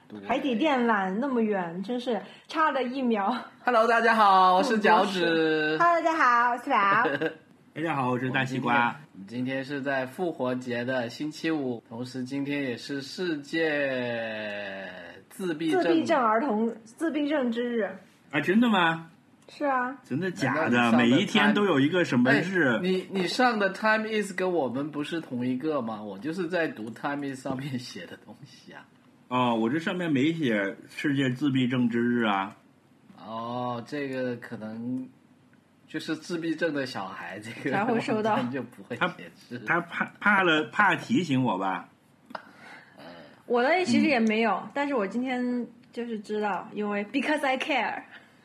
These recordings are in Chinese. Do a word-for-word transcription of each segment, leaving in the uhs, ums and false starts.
海底电缆那么远，真是差了一秒。 Hello， 大家好，我是脚趾。 Hello， 大家好，我是宝。 大家好，我是大西瓜。 今天是在复活节的星期五，同时今天也是世界自闭症自闭症儿童自闭症之日。 啊，真的吗？ 是啊。 真的假的？每一天都有一个什么日？ 哎、你你上的 Time Is 跟我们不是同一个吗？我就是在读 Time Is 上面写的东西啊。 哦，我这上面没写世界自闭症之日啊。 哦，这个可能就是自闭症的小孩，这个才会收到， 就不会显示。 他怕怕了，怕提醒我吧。 我的其实也没有，嗯、但是我今天就是知道，因为 because I care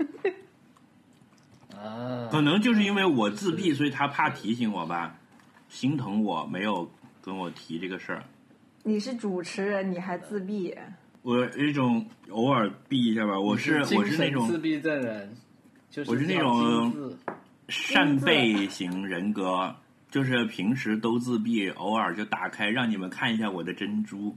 啊， 可能就是因为我自闭，所以他怕提醒我吧，心疼我没有跟我提这个事儿。 你是主持人，你还自闭？ 我一种偶尔闭一下吧。我是我是那种自闭症人，就是我是那种扇贝型人格，就是平时都自闭，偶尔就打开让你们看一下我的珍珠。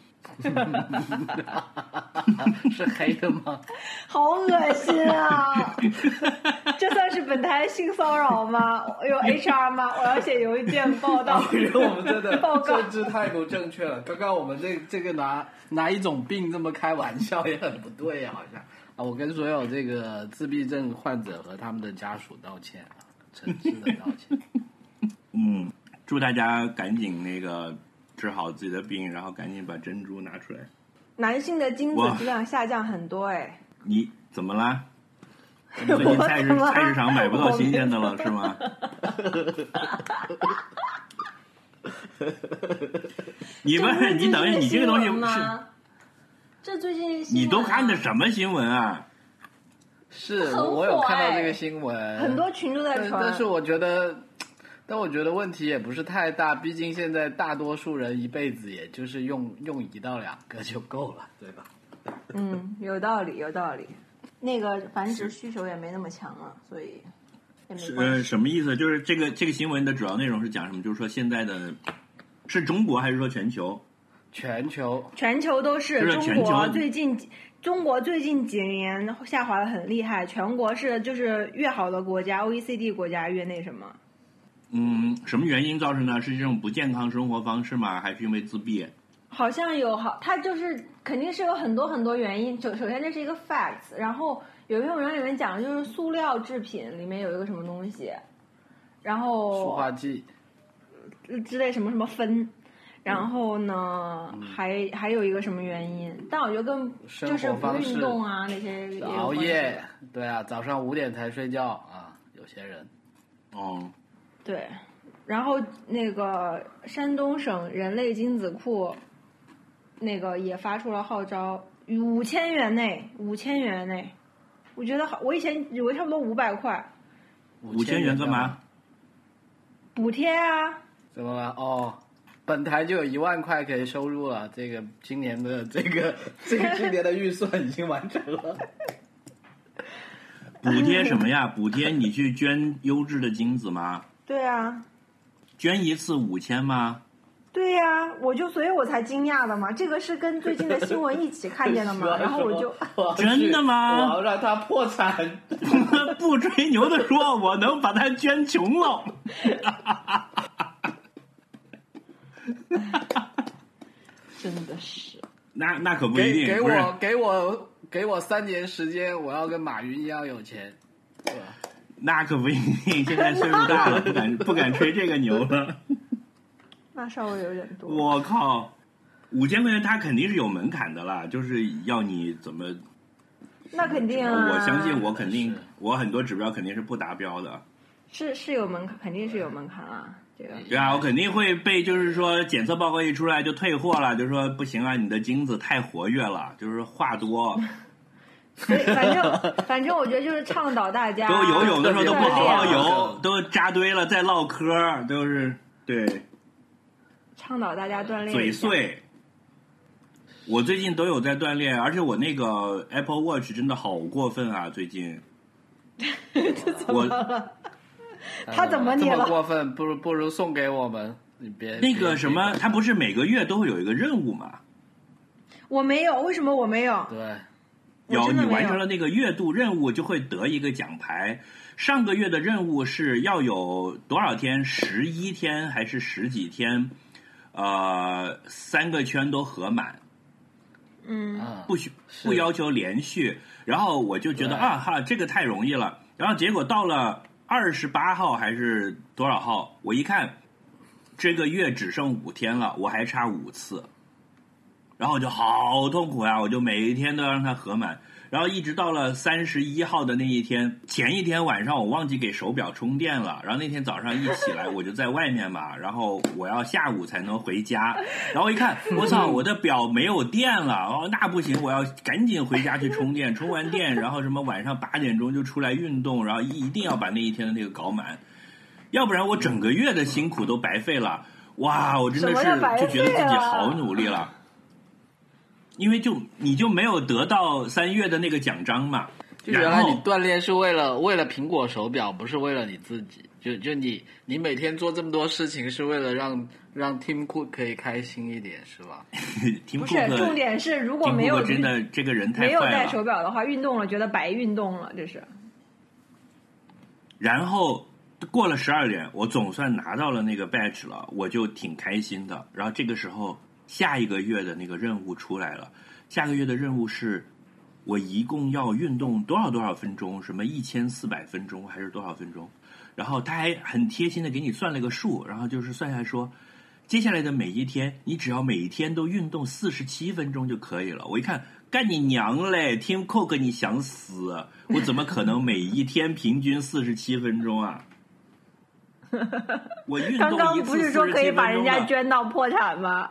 是黑的吗？ 好恶心啊！这算是本台性骚扰吗？有 H R 吗？我要写邮件报道。 因为我们真的报告政治太不正确了。刚刚我们这这个拿拿一种病这么开玩笑也很不对啊，好像啊，我跟所有这个自闭症患者和他们的家属道歉啊，诚挚的道歉。 嗯，祝大家赶紧那个治好自己的病，然后赶紧把珍珠拿出来。 男性的精子质量下降很多哎。 你怎么啦？最近菜市菜市场买不到新鲜的了是吗？你问你等一下，你这个东西是这最近、啊、 你都看的什么新闻啊？ 是我有看到这个新闻， 很多群都在传。 但, 但是我觉得。但我觉得问题也不是太大，毕竟现在大多数人一辈子也就是用用一到两个就够了，对吧？ 嗯，有道理，有道理。那个繁殖需求也没那么强了，所以也没关系。 呃，什么意思？就是这个这个新闻的主要内容是讲什么？就是说现在的是中国还是说全球？ 全球， 全球都是。 是中国最近中国最近几年下滑的很厉害，全国是就是越好的国家 ，O E C D 国家越那什么。 嗯，什么原因造成的？是这种不健康生活方式吗？还是因为自闭？ 好像有好，它就是肯定是有很多很多原因。首首先这是一个 facts， 然后有一篇文章里面讲的就是塑料制品里面有一个什么东西，然后塑化剂之类什么什么酚，然后呢、嗯、还还有一个什么原因？但我觉得跟就是不运动啊那些熬夜，对啊，早上五点才睡觉啊，有些人哦。 对，然后那个山东省人类精子库，那个也发出了号召，五千元内，五千元内，我觉得好，我以前以为差不多五百块， 五千元干嘛？ 补贴啊？ 怎么了？哦，本台就有一万块可以收入了，这个今年的这个这个今年的预算已经完成了。 补贴什么呀？补贴你去捐优质的精子吗？ 对啊， 捐一次五千吗？ 对呀、啊，我就所以我才惊讶的嘛，这个是跟最近的新闻一起看见的嘛，然后我就真的吗？ 我要让他破产， 不吹牛的说，我能把他捐穷了。 真的是， 那那可不一定。 给给我给我给我三年时间，我要跟马云一样有钱，对吧？ 那可不一定，现在岁数大了，不敢不敢吹这个牛了。 那稍微有点多。 我靠，五千块钱他肯定是有门槛的啦，就是要你怎么？ 那肯定啊！ 我相信我肯定，我很多指标肯定是不达标的。 是是有门槛，肯定是有门槛啊。这个对啊，我肯定会被，就是说检测报告一出来就退货了，就是说不行啊，你的精子太活跃了，就是话多。 所以反正反正我觉得就是倡导大家都游泳的时候都不好好游，都扎堆了再唠嗑，都是对。 倡导大家锻炼。 嘴碎。我最近都有在锻炼，而且我那个 Apple Watch 真的好过分啊！最近。 怎么了？他怎么你了？ 这么过分，不如不如送给我们。你别那个什么，他不是每个月都会有一个任务吗？ 我没有，为什么我没有？ 对， 有你完成了了那个月度任务就会得一个奖牌。上个月的任务是要有多少天？十一天还是十几天？呃，三个圈都合满。 嗯， 不许不要求连续。然后我就觉得啊哈，这个太容易了。然后结果到了二十八号还是多少号？我一看，这个月只剩五天了，我还差五次。然后我就好痛苦呀，我就每一天都要让它合满。然后一直到了三十一号的那一天，前一天晚上我忘记给手表充电了，然后那天早上一起来我就在外面嘛，然后我要下午才能回家，然后一看我操，我的表没有电了，哦那不行，我要赶紧回家去充电，充完电然后什么晚上八点钟就出来运动，然后一定要把那一天的那个搞满，要不然我整个月的辛苦都白费了。哇，我真的是就觉得自己好努力了。因为就你就没有得到三月的那个奖章嘛， 就原来你锻炼是为了为了苹果手表，不是为了你自己。就就你你每天做这么多事情，是为了让让 Tim Cook 可以开心一点，是吧？ 不是，重点是如果没有真的这个人太没有戴手表的话，运动了觉得白运动了，这是。 然后过了十二点，我总算拿到了那个 badge 了，我就挺开心的。然后这个时候。下一个月的那个任务出来了，下个月的任务是我一共要运动多少多少分钟，什么一千四百分钟还是多少分钟，然后他还很贴心的给你算了个数，然后就是算下来说接下来的每一天你只要每一天都运动四十七分钟就可以了。我一看干你娘嘞 Tim Cook 你想死，我怎么可能每一天平均四十七分钟啊我运动刚刚不是说可以把人家捐到破产吗？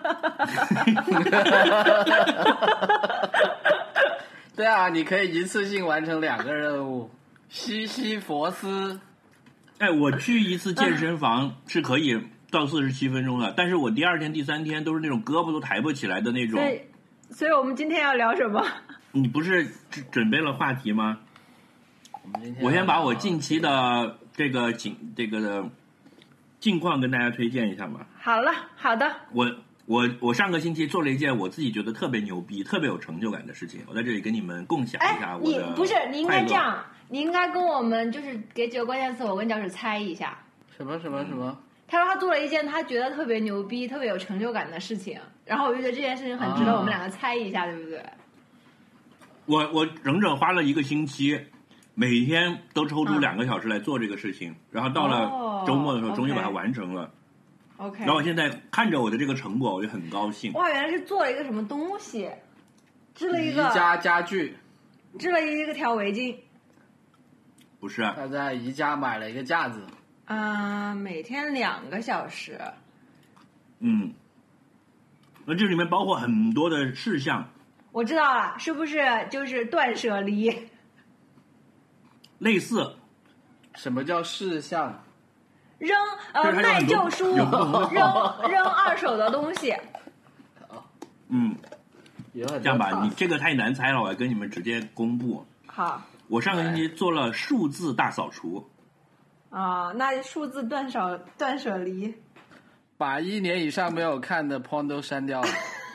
对啊，你可以一次性完成两个任务。西西弗斯， 哎，我去一次健身房是可以到四十七分钟的，但是我第二天、第三天都是那种胳膊都抬不起来的那种。 所以，所以我们今天要聊什么？ 你不是准备了话题吗？我先把我近期的这个近这个的近况跟大家推荐一下嘛。 好了，好的。 我我我上个星期做了一件我自己觉得特别牛逼、特别有成就感的事情，我在这里跟你们共享一下我的快乐。 哎，你不是，你应该这样，你应该跟我们就是给几个关键词，我跟脚趾猜一下。 什么什么什么？ 他说他做了一件他觉得特别牛逼、特别有成就感的事情，然后我就觉得这件事情很值得我们两个猜一下，啊、对不对？ 我我整整花了一个星期。每天都抽出两个小时来做这个事情，嗯、然后到了周末的时候，终于把它完成了。 OK。 然后我现在看着我的这个成果，我就很高兴。 哇，原来是做了一个什么东西，织了一个宜家家具， 织了一个条围巾。 不是啊， 他在宜家买了一个架子。 啊、呃，每天两个小时。 嗯，那这里面包括很多的事项。 我知道了，是不是就是断舍离？ 类似， 什么叫事项？ 扔呃卖旧书，扔扔二手的东西。 嗯，这样吧，你这个太难猜了，我要跟你们直接公布。 好， 我上个星期做了数字大扫除。 啊，那数字断舍断舍离， 把一年以上没有看的 porn 都删掉了。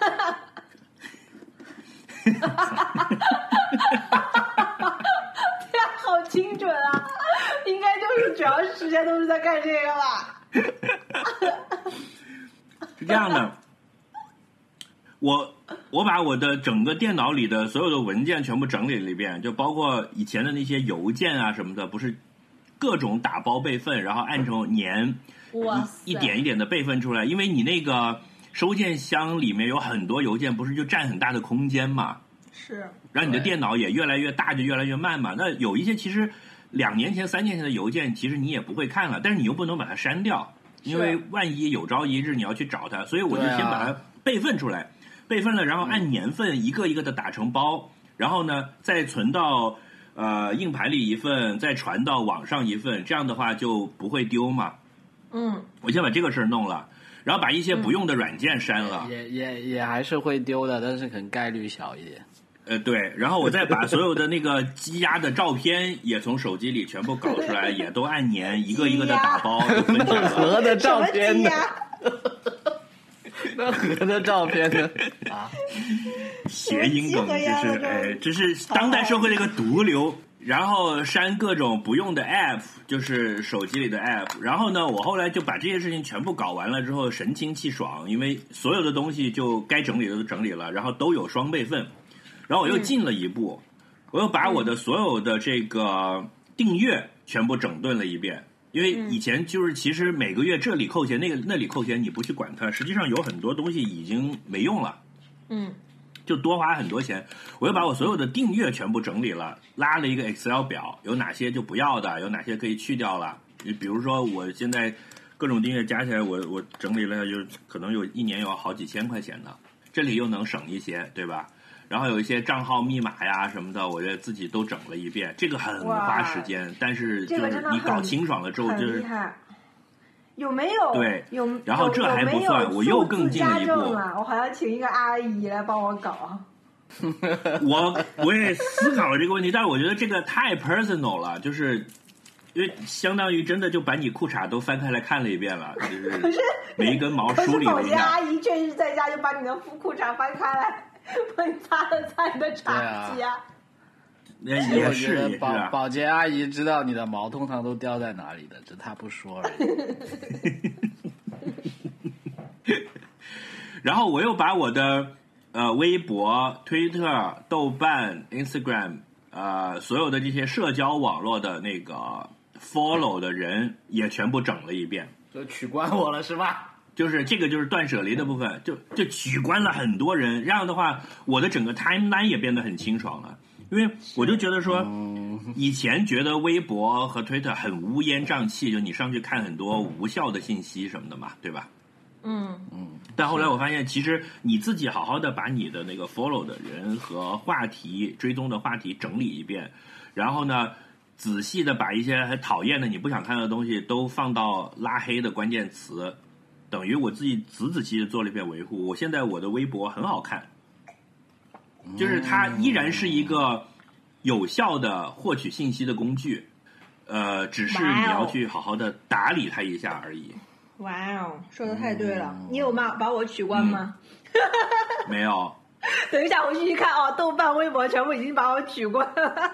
好精准啊！应该就是主要时间都是在干这个吧。 是这样的，我我把我的整个电脑里的所有的文件全部整理了一遍，就包括以前的那些邮件啊什么的，不是各种打包备份，然后按成年一一点一点的备份出来，因为你那个收件箱里面有很多邮件，不是就占很大的空间嘛？ 是。 然后你的电脑也越来越大，就越来越慢嘛。那有一些其实两年前、三年前的邮件，其实你也不会看了，但是你又不能把它删掉，因为万一有朝一日你要去找它，所以我就先把它备份出来，啊、备份了，然后按年份一个一个的打成包，然后呢再存到呃硬盘里一份，再传到网上一份，这样的话就不会丢嘛。 嗯， 我先把这个事儿弄了。然后把一些不用的软件删了， 嗯、也也也还是会丢的，但是可能概率小一点。 呃，对，然后我再把所有的那个积压的照片也从手机里全部搞出来，也都按年一个一个的打包分享了。 盒的照片呢？那盒的照片呢？啊， 谐音梗，这是哎，这是当代社会的一个毒瘤。然后删各种不用的 app， 就是手机里的 app。然后呢，我后来就把这些事情全部搞完了之后，神清气爽，因为所有的东西就该整理的都整理了，然后都有双备份。然后我又进了一步，嗯、我又把我的所有的这个订阅全部整顿了一遍。因为以前就是其实每个月这里扣钱，那个那里扣钱，你不去管它，实际上有很多东西已经没用了。 嗯。 就多花很多钱，我又把我所有的订阅全部整理了，拉了一个 Excel 表，有哪些就不要的，有哪些可以去掉了。你比如说，我现在各种订阅加起来，我我整理了，就可能有一年有好几千块钱的，这里又能省一些，对吧？然后有一些账号密码呀什么的，我也自己都整了一遍，这个很花时间，但是就是你搞清爽了之后，就是有没有？ 对， 有。 然后这还不算，我又更进了一步。 我还要请一个阿姨来帮我搞。 我我也思考了这个问题，但是我觉得这个太 personal 了，就是因为相当于真的就把你裤衩都翻开来看了一遍了，就是每一根毛梳理了一下。 可是保洁阿姨确实在家就把你的裤衩翻开来，帮你擦了擦你的茶几啊。 也也是也是保啊， 保洁阿姨知道你的毛通常都掉在哪里的，只她不说而已。然后我又把我的呃微博、推特、豆瓣、Instagram 呃所有的这些社交网络的那个 follow 的人也全部整了一遍， 就取关我了是吧？ 就是这个就是断舍离的部分，就就取关了很多人，这样的话我的整个 timeline 也变得很清爽了。因为我就觉得说，以前觉得微博和推特很乌烟瘴气，就你上去看很多无效的信息什么的嘛，对吧？ 嗯嗯。 但后来我发现，其实你自己好好的把你的那个 follow 的人和话题追踪的话题整理一遍，然后呢，仔细的把一些很讨厌的你不想看的东西都放到拉黑的关键词，等于我自己仔仔细细做了一遍维护。我现在我的微博很好看。就是它依然是一个有效的获取信息的工具，呃，只是你要去好好的打理它一下而已。 哇哦，说的太对了！嗯、你有吗？把我取关吗？ 嗯、没有。 等一下，我继续看哦。豆瓣、微博全部已经把我取关了。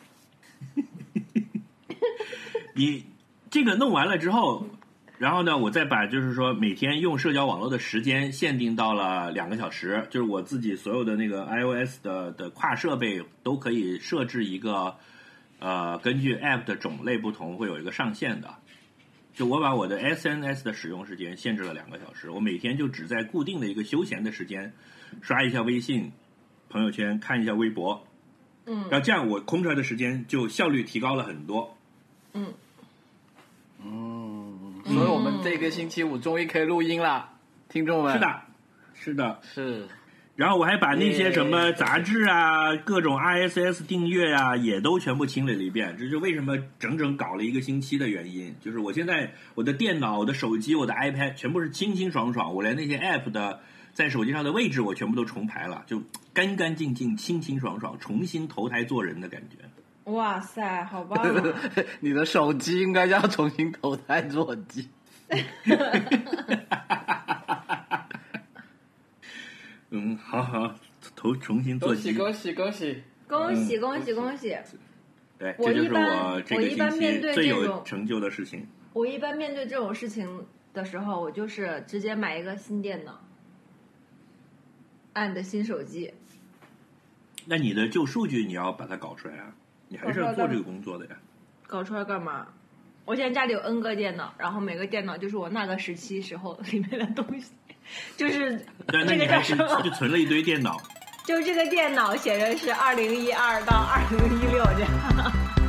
你这个弄完了之后。然后呢，我再把就是说每天用社交网络的时间限定到了两个小时，就是我自己所有的那个 iOS 的的跨设备都可以设置一个，呃，根据 App 的种类不同会有一个上限的。就我把我的 S N S 的使用时间限制了两个小时，我每天就只在固定的一个休闲的时间刷一下微信、朋友圈，看一下微博， 嗯， 然后这样我空出来的时间就效率提高了很多。 嗯， 嗯。所以我们这个星期五终于可以录音了，听众们。 是的，是的， 是。 然后我还把那些什么杂志啊、各种 R S S 订阅啊，也都全部清理了一遍。这是为什么整整搞了一个星期的原因。就是我现在我的电脑、我的手机、我的 iPad 全部是清清爽爽，我连那些 App 的在手机上的位置我全部都重排了，就干干净净、清清爽爽，重新投胎做人的感觉。 哇塞，好棒、啊！ 你的手机应该要重新投胎做机。 嗯，好好，投重新做机。 恭喜恭喜恭喜恭喜恭喜！ 对，这就是我这个星期最有成就的事情。 我一般面对这种事情的时候，我就是直接买一个新电脑，按的新手机。 那你的旧数据你要把它搞出来啊！你还是要做这个工作的呀。 搞出来干嘛？我现在家里有 N 个电脑，然后每个电脑就是我那个时期时候里面的东西，就是这个叫什么？ 就存了一堆电脑。 就这个电脑写的是二零一二到二零一六这样。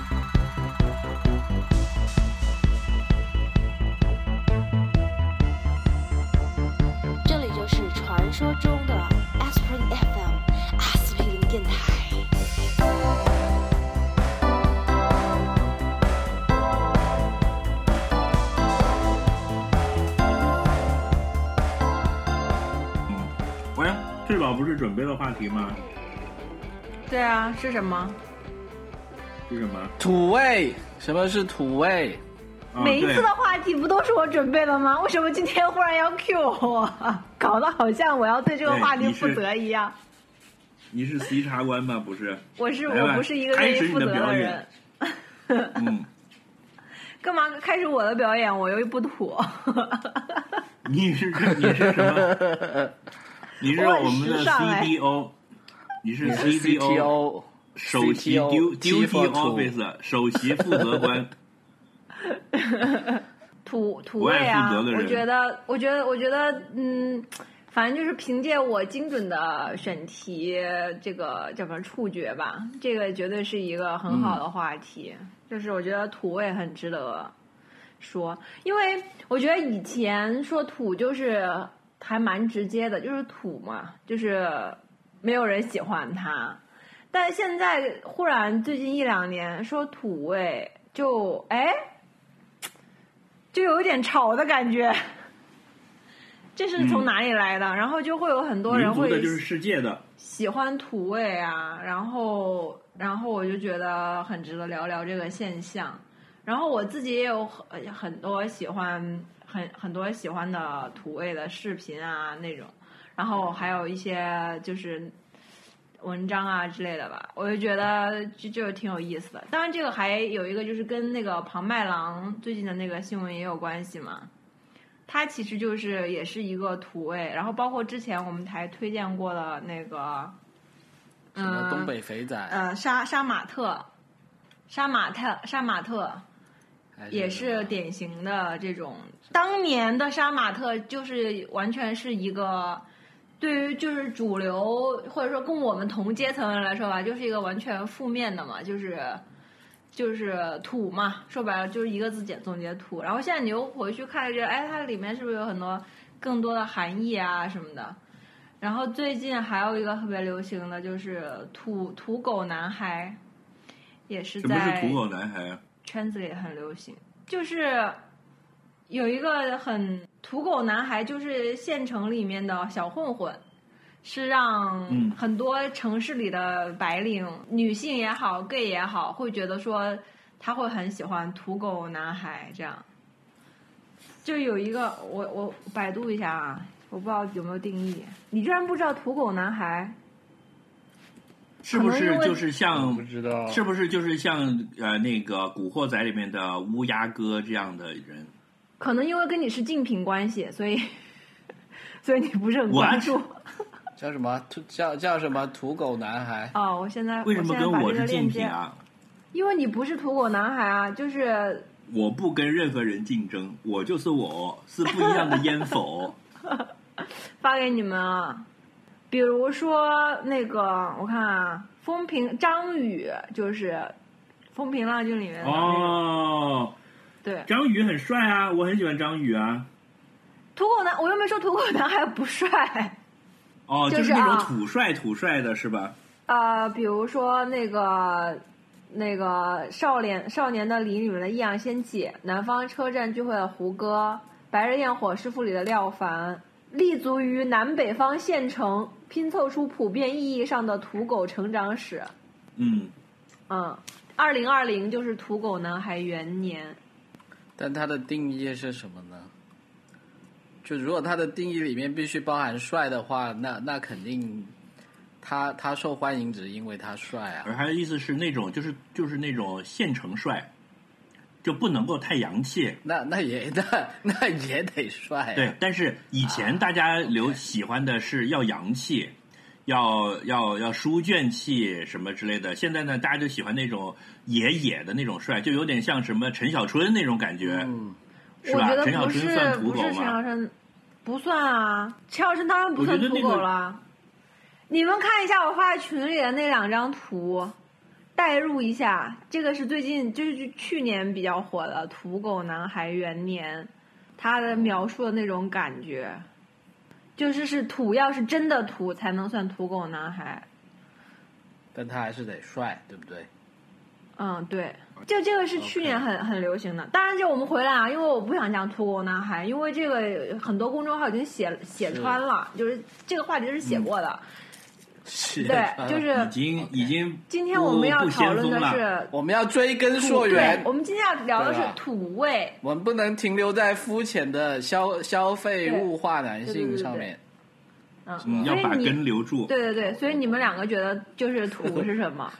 这里就是传说中的 Aspirin F M 阿司匹林电台。 翠宝不是准备了话题吗？ 对啊，是什么？ 是什么？ 土味？什么是土味？ 啊、 每一次的话题不都是我准备的吗？为什么今天忽然要 cue 我？搞得好像我要对这个话题负责一样。 你你是 C 察官吗？不是， 我是来吧我不是一个开愿意负责始你的表人演。嗯， 干嘛开始我的表演？我又不土。 你是你是什么？你是我们的我很时尚哎 C D O， 你是你是 C C D T O O 首席 C T O duty Chief duty of Two officer 首席负责官。 土土不爱味啊！ 负责的人我觉得，我觉得，我觉得，嗯，反正就是凭借我精准的选题，这个叫什么触觉吧，这个绝对是一个很好的话题。 嗯、 就是我觉得土味很值得说，因为我觉得以前说土就是还蛮直接的，就是土嘛，就是没有人喜欢它。但现在忽然最近一两年说土味，就哎。就有一点潮的感觉，这是从哪里来的？嗯、然后就会有很多人会民族的就是世界的喜欢土味啊，然后然后我就觉得很值得聊聊这个现象。然后我自己也有很很多喜欢很很多喜欢的土味的视频啊那种，然后还有一些就是文章啊之类的吧，我就觉得就就挺有意思的。当然，这个还有一个就是跟那个庞麦郎最近的那个新闻也有关系嘛。它其实就是也是一个土味，然后包括之前我们台推荐过的那个， 什么东北肥仔， 呃，杀杀马特，杀马特，杀马特，也是典型的这种。当年的杀马特就是完全是一个。对于就是主流或者说跟我们同阶层人来说吧，就是一个完全负面的嘛，就是就是土嘛，说白了就是一个字简总结土。然后现在你又回去看这，哎，它里面是不是有很多更多的含义啊什么的？然后最近还有一个特别流行的就是土土狗男孩，也是在什么是土狗男孩啊？ 圈子里很流行，就是有一个很。土狗男孩就是县城里面的小混混，是让很多城市里的白领、嗯、女性也好 gay 也好会觉得说他会很喜欢土狗男孩。这样就有一个我我百度一下啊，我不知道有没有定义。你居然不知道土狗男孩是不是就是像不知道是不是就是像呃那个古惑仔里面的乌鸦哥这样的人？ 可能因为跟你是竞品关系，所以所以你不是很关注。 叫什么土叫叫什么土狗男孩？ 哦，我现在为什么跟我是竞品啊？ 因为你不是土狗男孩啊，就是我不跟任何人竞争，我就是我，是不一样的烟否？ 发给你们啊，比如说那个我看啊，风平张宇就是《风平浪静》里面的、那个、 哦。 对， 张宇很帅啊，我很喜欢张宇啊。 土狗男，我又没说土狗男孩不帅。 哦， 就是那种土帅土帅的是吧？ 呃，比如说那个那个少年少年的里里面的易烊千玺，南方车站聚会的胡歌，白日焰火师傅里的廖凡，立足于南北方县城，拼凑出普遍意义上的土狗成长史。 嗯嗯，二零二零就是土狗男孩元年。 但它的定义是什么呢？就如果它的定义里面必须包含帅的话，那那肯定他他受欢迎只是因为他帅啊。 而他的意思是那种就是就是那种县城帅，就不能够太洋气。 那那也那那也得帅、啊。 对，但是以前大家留喜欢的是要洋气。啊要要要书卷气什么之类的，现在呢，大家就喜欢那种野野的那种帅，就有点像什么陈小春那种感觉， 嗯、 是吧？ 我觉得陈小春算土狗吗？ 不是陈小春，不算啊，陈小春当然不算土狗了。那个、你们看一下我发在群里的那两张图，代入一下，这个是最近就是去年比较火的土狗男孩元年，他的描述的那种感觉。就是是土，要是真的土才能算土狗男孩， 但他还是得帅，对不对？ 嗯，对，就这个是去年很、okay. 很流行的。当然，就我们回来啊，因为我不想讲土狗男孩，因为这个很多公众号已经写写穿了，是就是这个话题是写过的。嗯是对，就是已经已经。 今天我们要讨论的是， 我们要追根溯源。 我们今天要聊的是土味， 我们不能停留在肤浅的消消费物化男性上面。 嗯， 嗯，要把根留住。 对对对，所以你们两个觉得就是土是什么？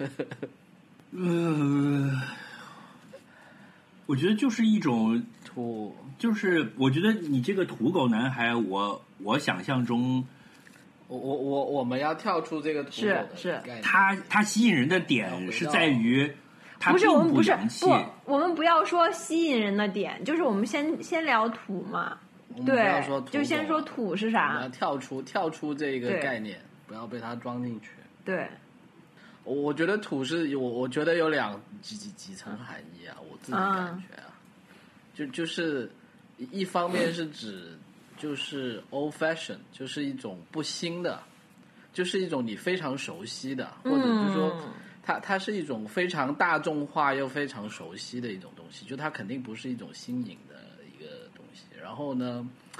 呃，我觉得就是一种土， 就是我觉得你这个土狗男孩，我我想象中， 我我我我们要跳出这个土狗的是是概念， 他他吸引人的点是在于他不是并我们不是洋气。 不，我们不要说吸引人的点，就是我们先先聊土嘛。 我们不要对说，土狗就先说土是我们要啥？ 跳出跳出这个对概念，不要被它装进去。 对， 我我觉得土是我我觉得有两几几几层含义啊，我自己感觉啊，就就是一方面是指就是 old fashion， 就是一种不新的，就是一种你非常熟悉的，或者就是说嗯它它是一种非常大众化又非常熟悉的一种东西，就它肯定不是一种新颖的一个东西。然后呢，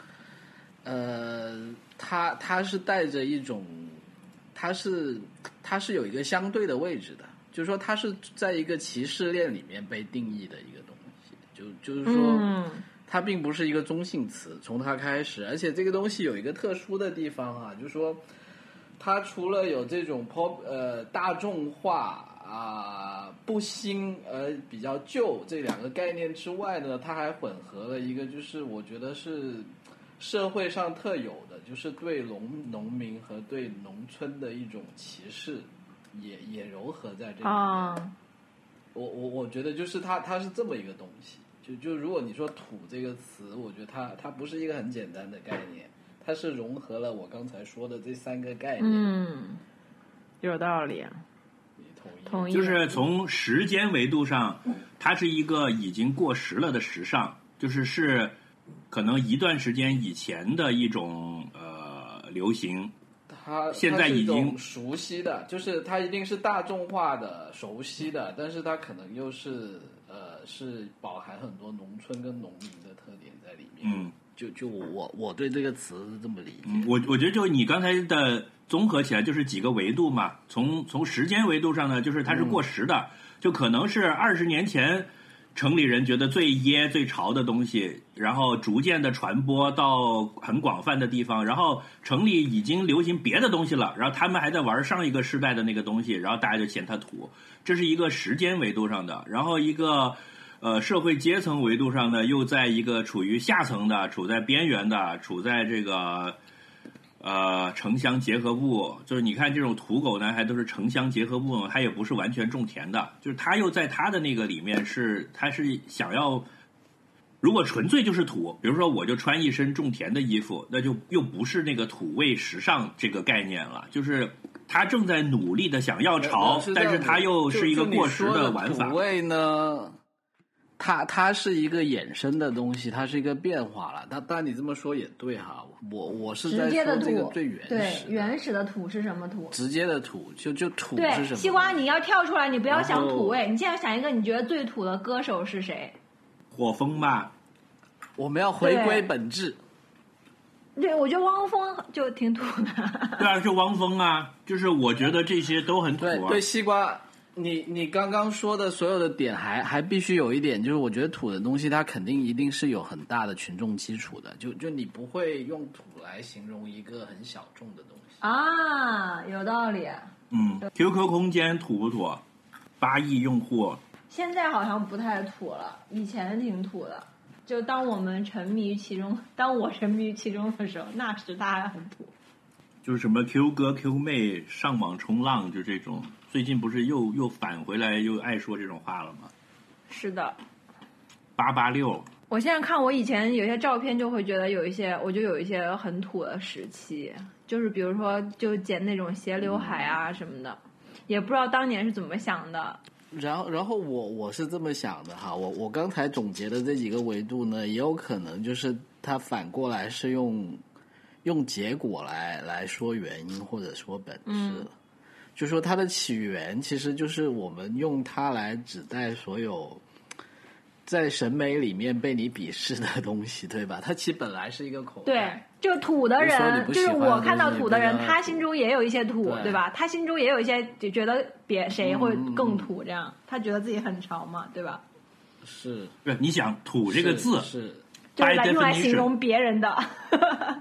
呃，它它是带着一种，它是它是有一个相对的位置的，就是说它是在一个歧视链里面被定义的一个东西，就就是说。 嗯它并不是一个中性词，从它开始，而且这个东西有一个特殊的地方啊，就是说，它除了有这种 pop 呃大众化啊、不新而比较旧这两个概念之外呢，它还混合了一个，就是我觉得是社会上特有的，就是对农农民和对农村的一种歧视，也也糅合在这里面。 啊， 我我我觉得就是它它是这么一个东西。就就如果你说土这个词，我觉得它它不是一个很简单的概念，它是融合了我刚才说的这三个概念。 嗯，有道理， 你同意？ 同意。 就是从时间维度上，它是一个已经过时了的时尚，就是是可能一段时间以前的一种呃流行。 它现在已经它是一种熟悉的，就是它一定是大众化的、熟悉的，但是它可能又是呃是饱含很多农村跟农民的特点在里面。 嗯， 就就我我对这个词是这么理解。 嗯，我我觉得就你刚才的综合起来就是几个维度嘛。从从时间维度上呢，就是它是过时的，嗯、就可能是二十年前城里人觉得最耶最潮的东西，然后逐渐的传播到很广泛的地方，然后城里已经流行别的东西了，然后他们还在玩上一个时代的那个东西，然后大家就嫌它土。这是一个时间维度上的，然后一个。呃，社会阶层维度上呢，又在一个处于下层的、处在边缘的、处在这个呃城乡结合部，就是你看这种土狗男孩都是城乡结合部，他也不是完全种田的，就是他又在他的那个里面是，他是想要，如果纯粹就是土，比如说我就穿一身种田的衣服，那就又不是那个土味时尚这个概念了，就是他正在努力的想要潮， 是但是他又是一个过时的玩法。 土味呢？它它是一个衍生的东西，它是一个变化了。但但你这么说也对哈，我我是在说这个最原始的， 对原始的土是什么土？ 直接的土就就土是什么？ 对，西瓜你要跳出来，你不要想土味，你现在想一个你觉得最土的歌手是谁？ 火风吧， 我们要回归本质。 对，我觉得汪峰就挺土的。 对啊，就汪峰啊，就是我觉得这些都很土啊。 对对，西瓜。你你刚刚说的所有的点还还必须有一点，就是我觉得土的东西它肯定一定是有很大的群众基础的，就就你不会用土来形容一个很小众的东西啊，有道理。 嗯 ，Q Q 空间土不土？八亿用户， 现在好像不太土了，以前挺土的。就当我们沉迷于其中，当我沉迷于其中的时候，那时大家很土。 就是什么 Q 哥 Q 妹上网冲浪，就这种。最近不是又又返回来又爱说这种话了吗？ 是的。 八八六。 我现在看我以前有些照片，就会觉得有一些，我就有一些很土的时期，就是比如说就剪那种斜刘海啊什么的，嗯、也不知道当年是怎么想的。 然后，然后我我是这么想的哈，我我刚才总结的这几个维度呢，也有可能就是它反过来是用用结果来来说原因或者说本质。嗯，就说它的起源其实就是我们用它来指代所有在审美里面被你鄙视的东西，对吧？它其实本来是一个口袋。对， 就土的人，就是我看到土的人，他心中也有一些土， 对, 对吧？他心中也有一些就觉得别谁会更土，这样、嗯、他觉得自己很潮嘛，对吧？ 是， 对，你想土这个字是， 就是来用来形容别人的。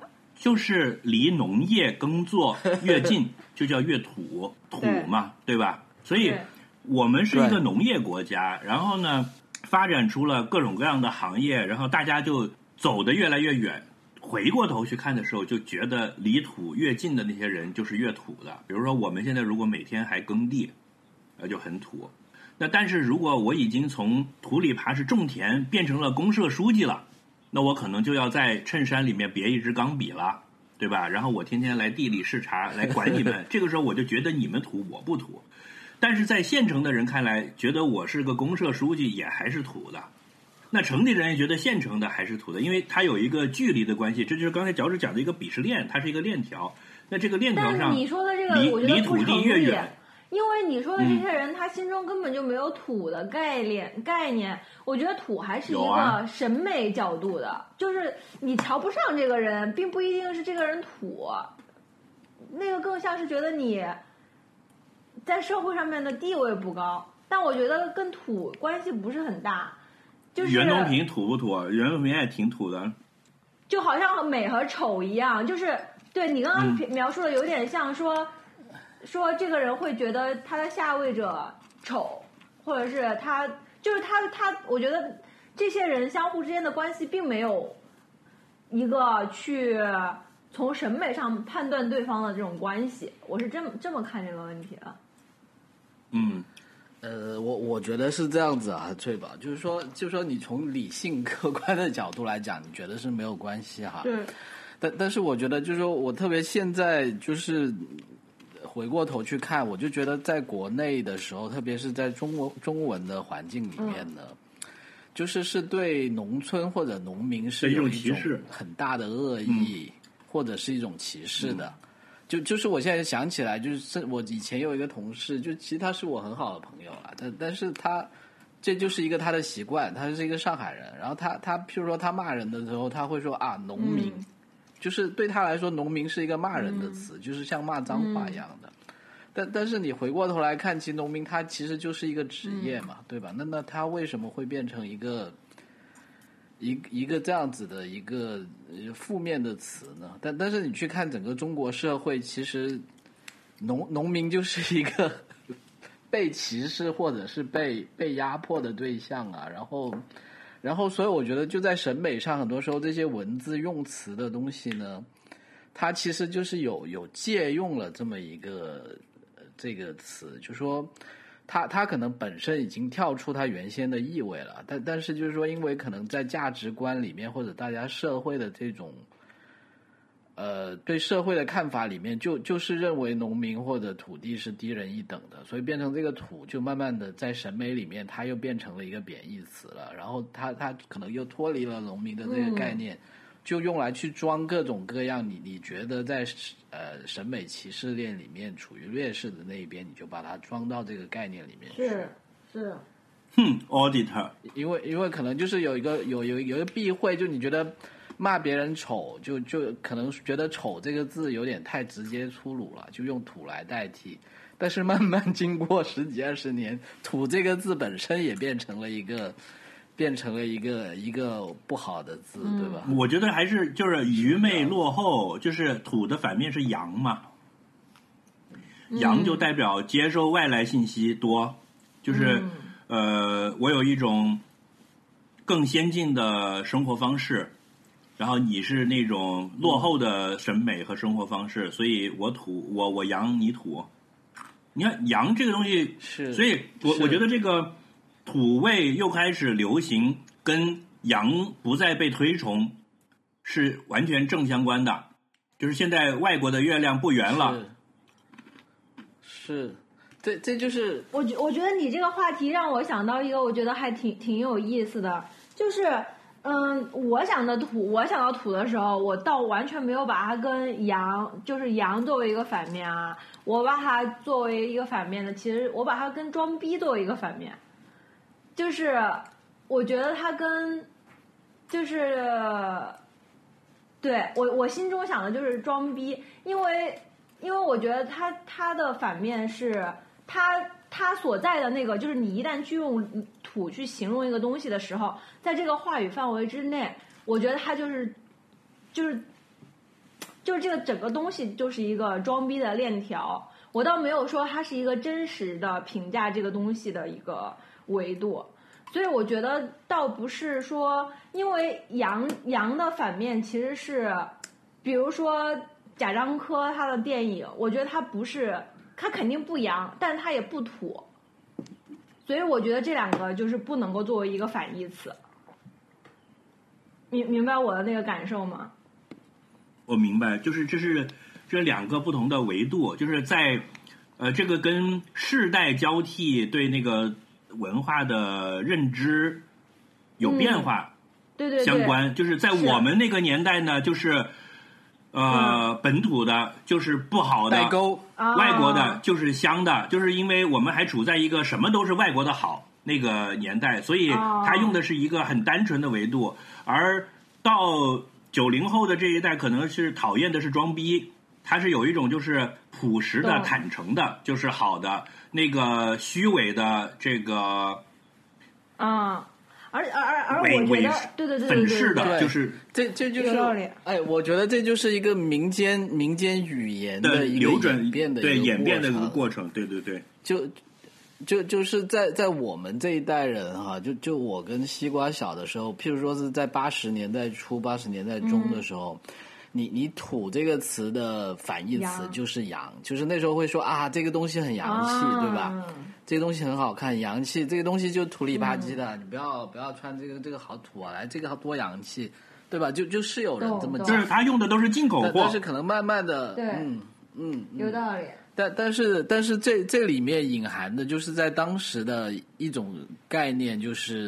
就是离农业耕作越近，就叫越土，土嘛，对吧？所以我们是一个农业国家，然后呢，发展出了各种各样的行业，然后大家就走得越来越远。回过头去看的时候，就觉得离土越近的那些人就是越土的。比如说，我们现在如果每天还耕地，那就很土。那但是如果我已经从土里爬是种田变成了公社书记了，那我可能就要在衬衫里面别一支钢笔了，对吧？然后我天天来地里视察，来管你们。这个时候我就觉得你们土，我不土。但是在县城的人看来，觉得我是个公社书记，也还是土的。那城里人也觉得县城的还是土的，因为它有一个距离的关系，这就是刚才脚趾讲的一个鄙视链，它是一个链条。那这个链条上， 但是你说的这个， 离我觉得离土地越远。 因为你说的这些人，他心中根本就没有土的概念、嗯、概念。我觉得土还是一个审美角度的，啊、就是你瞧不上这个人，并不一定是这个人土，那个更像是觉得你在社会上面的地位不高。但我觉得跟土关系不是很大。就是袁隆平土不土？袁隆平也挺土的， 就好像美和丑一样，就是对你刚刚描述的有点像说。嗯说这个人会觉得他的下位者丑，或者是他就是他他，我觉得这些人相互之间的关系并没有一个去从审美上判断对方的这种关系，我是这么这么看这个问题的。 嗯， 呃，我我觉得是这样子啊，翠宝，就是说，就是说你从理性客观的角度来讲，你觉得是没有关系哈。 对。 但但是我觉得，就是说我特别现在就是。回过头去看，我就觉得在国内的时候，特别是在中文中文的环境里面呢，嗯、就是是对农村或者农民是有一种很大的恶意，嗯、或者是一种歧视的。嗯、就就是我现在想起来，就是我以前有一个同事，就其实他是我很好的朋友啊，但但是他这就是一个他的习惯，他是一个上海人，然后他他譬如说他骂人的时候，他会说啊农民。嗯就是对他来说，农民是一个骂人的词，嗯、就是像骂脏话一样的。嗯、但但是你回过头来看，其实农民他其实就是一个职业嘛，嗯、对吧？那那他为什么会变成一个一一个这样子的一个负面的词呢？但但是你去看整个中国社会，其实农农民就是一个被歧视或者是被被压迫的对象啊，然后。然后，所以我觉得就在审美上，很多时候这些文字用词的东西呢，它其实就是有有借用了这么一个、呃、这个词，就说它它可能本身已经跳出它原先的意味了，但但是就是说，因为可能在价值观里面或者大家社会的这种呃对社会的看法里面，就就是认为农民或者土地是低人一等的，所以变成这个土就慢慢的在审美里面它又变成了一个贬义词了，然后它它可能又脱离了农民的这个概念，嗯、就用来去装各种各样你你觉得在呃审美歧视链里面处于劣势的那一边，你就把它装到这个概念里面去。 是是。 哼 ，auditor， 因为因为可能就是有一个有有有一个避讳，就你觉得。骂别人丑，就就可能觉得丑这个字有点太直接粗鲁了，就用土来代替。但是慢慢经过十几二十年，土这个字本身也变成了一个，变成了一个一个不好的字，嗯、对吧？ 我觉得还是就是愚昧落后，就是土的反面是洋嘛，洋就代表接收外来信息多，就是、嗯、呃，我有一种更先进的生活方式。然后你是那种落后的审美和生活方式，嗯、所以我土我我洋你土，你看洋这个东西是， 所以我我觉得这个土味又开始流行，跟洋不再被推崇是完全正相关的。就是现在外国的月亮不圆了， 是，是这这就是我觉我觉得你这个话题让我想到一个，我觉得还挺挺有意思的，就是。嗯，我想的土，我想到土的时候，我倒完全没有把它跟羊，就是羊作为一个反面啊，我把它作为一个反面的，其实我把它跟装逼作为一个反面，就是我觉得它跟，就是对我我心中想的就是装逼，因为因为我觉得它它的反面是它。它所在的那个，就是你一旦去用土去形容一个东西的时候，在这个话语范围之内，我觉得它就是，就是就是这个整个东西就是一个装逼的链条。我倒没有说它是一个真实的评价这个东西的一个维度，所以我觉得倒不是说，因为阳阳的反面其实是，比如说贾樟柯他的电影，我觉得他不是，他肯定不阳，但他也不土，所以我觉得这两个就是不能够作为一个反义词。明明白我的那个感受吗？ 我明白，就是这是这两个不同的维度，就是在呃这个跟世代交替对那个文化的认知有变化， 嗯、对对对相关，就是在我们那个年代呢，就是呃、嗯、本土的就是不好的， 代沟， 外国的就是香的，就是因为我们还处在一个什么都是外国的好那个年代，所以他用的是一个很单纯的维度，而到九零后的这一代可能是讨厌的是装逼，他是有一种就是朴实的、坦诚的，就是好的，那个虚伪的这个， 啊，而而而而我觉得，对对对对对， 粉饰的，就是这这就是哎，我觉得这就是一个民间民间语言的一个演变的对演变的一个过程，对对对， 就。就就是在在我们这一代人哈，就就我跟西瓜小的时候，譬如说是在八十年代初、八十年代中的时候，嗯、你你土这个词的反义词就是洋，就是那时候会说啊，这个东西很洋气，啊、对吧？这个东西很好看，洋气，这个东西就土里吧唧的，嗯、你不要不要穿这个这个好土啊，来这个多洋气，对吧？就就是有人这么讲， 就是他用的都是进口货， 但是可能慢慢的， 对， 嗯嗯， 有道理。 但但是但是这这里面隐含的就是在当时的一种概念，就是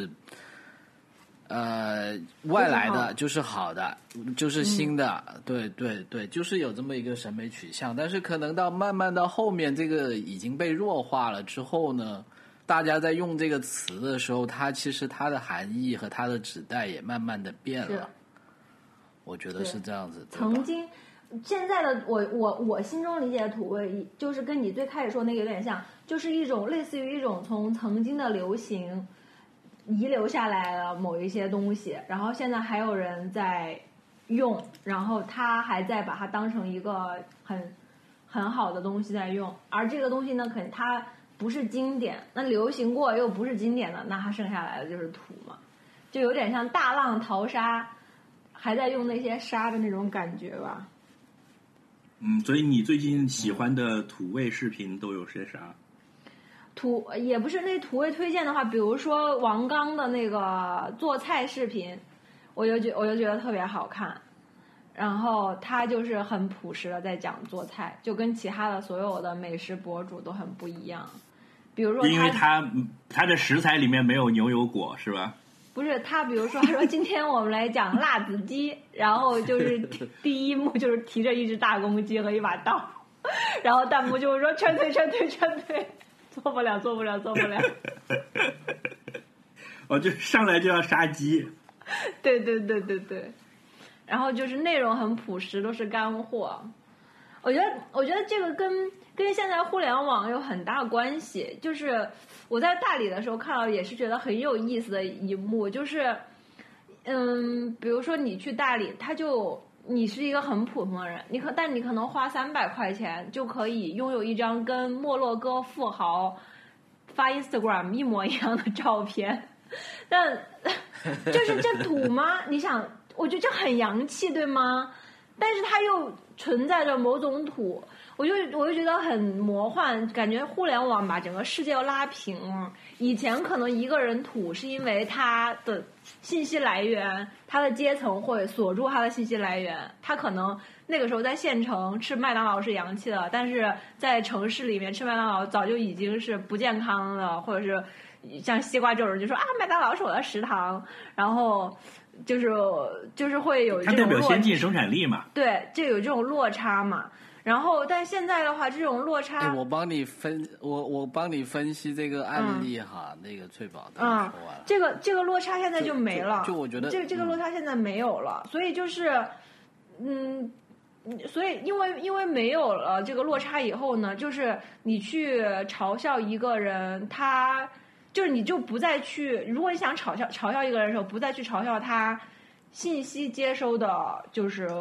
呃外来的就是好的，就是新的，嗯、对对对，就是有这么一个审美取向。但是可能到慢慢到后面，这个已经被弱化了之后呢，大家在用这个词的时候，它其实它的含义和它的指代也慢慢的变了。我觉得是这样子。 曾经。现在的我我我心中理解的土味，就是跟你最开始说那个有点像，就是一种类似于一种从曾经的流行遗留下来的某一些东西，然后现在还有人在用，然后他还在把它当成一个很很好的东西在用，而这个东西呢，可能它不是经典，那流行过又不是经典的，那它剩下来的就是土嘛，就有点像大浪淘沙，还在用那些沙的那种感觉吧。 嗯，所以你最近喜欢的土味视频都有些啥？ 土也不是那土味推荐的话，比如说王刚的那个做菜视频，我就觉我就觉得特别好看。然后他就是很朴实的在讲做菜，就跟其他的所有的美食博主都很不一样。比如说他， 因为他他的食材里面没有牛油果，是吧？ 不是他，比如说他说今天我们来讲辣子鸡，然后就是第一幕就是提着一只大公鸡和一把刀，然后弹幕就是说劝退劝退劝退，做不了做不了做不了。 哦，就上来就要杀鸡。 对对对对对，然后就是内容很朴实，都是干货。我觉得我觉得这个跟跟现在互联网有很大关系，就是我在大理的时候看到也是觉得很有意思的一幕，就是嗯，比如说你去大理，他就你是一个很普通的人，你可但你可能花三百块钱就可以拥有一张跟摩洛哥富豪发 Instagram 一模一样的照片，但就是这土吗？你想，我觉得这很洋气，对吗？但是它又存在着某种土，我就我就觉得很魔幻，感觉互联网把整个世界又拉平了。以前可能一个人土是因为他的信息来源，他的阶层会锁住他的信息来源，他可能那个时候在县城吃麦当劳是洋气的，但是在城市里面吃麦当劳早就已经是不健康的，或者是像西瓜这种人就说啊麦当劳是我的食堂，然后就是就是会有这种它代表先进生产力嘛， 对，就有这种落差嘛。然后但现在的话这种落差、 哎、我帮你分我我帮你分析这个案例哈、嗯、那个翠宝都说完了、 嗯、这个这个落差现在就没了， 就, 就, 就我觉得这这个落差现在没有了、嗯、所以就是嗯所以因为因为没有了这个落差以后呢，就是你去嘲笑一个人，他就是你就不再去，如果你想嘲笑嘲笑一个人的时候，不再去嘲笑他信息接收的就是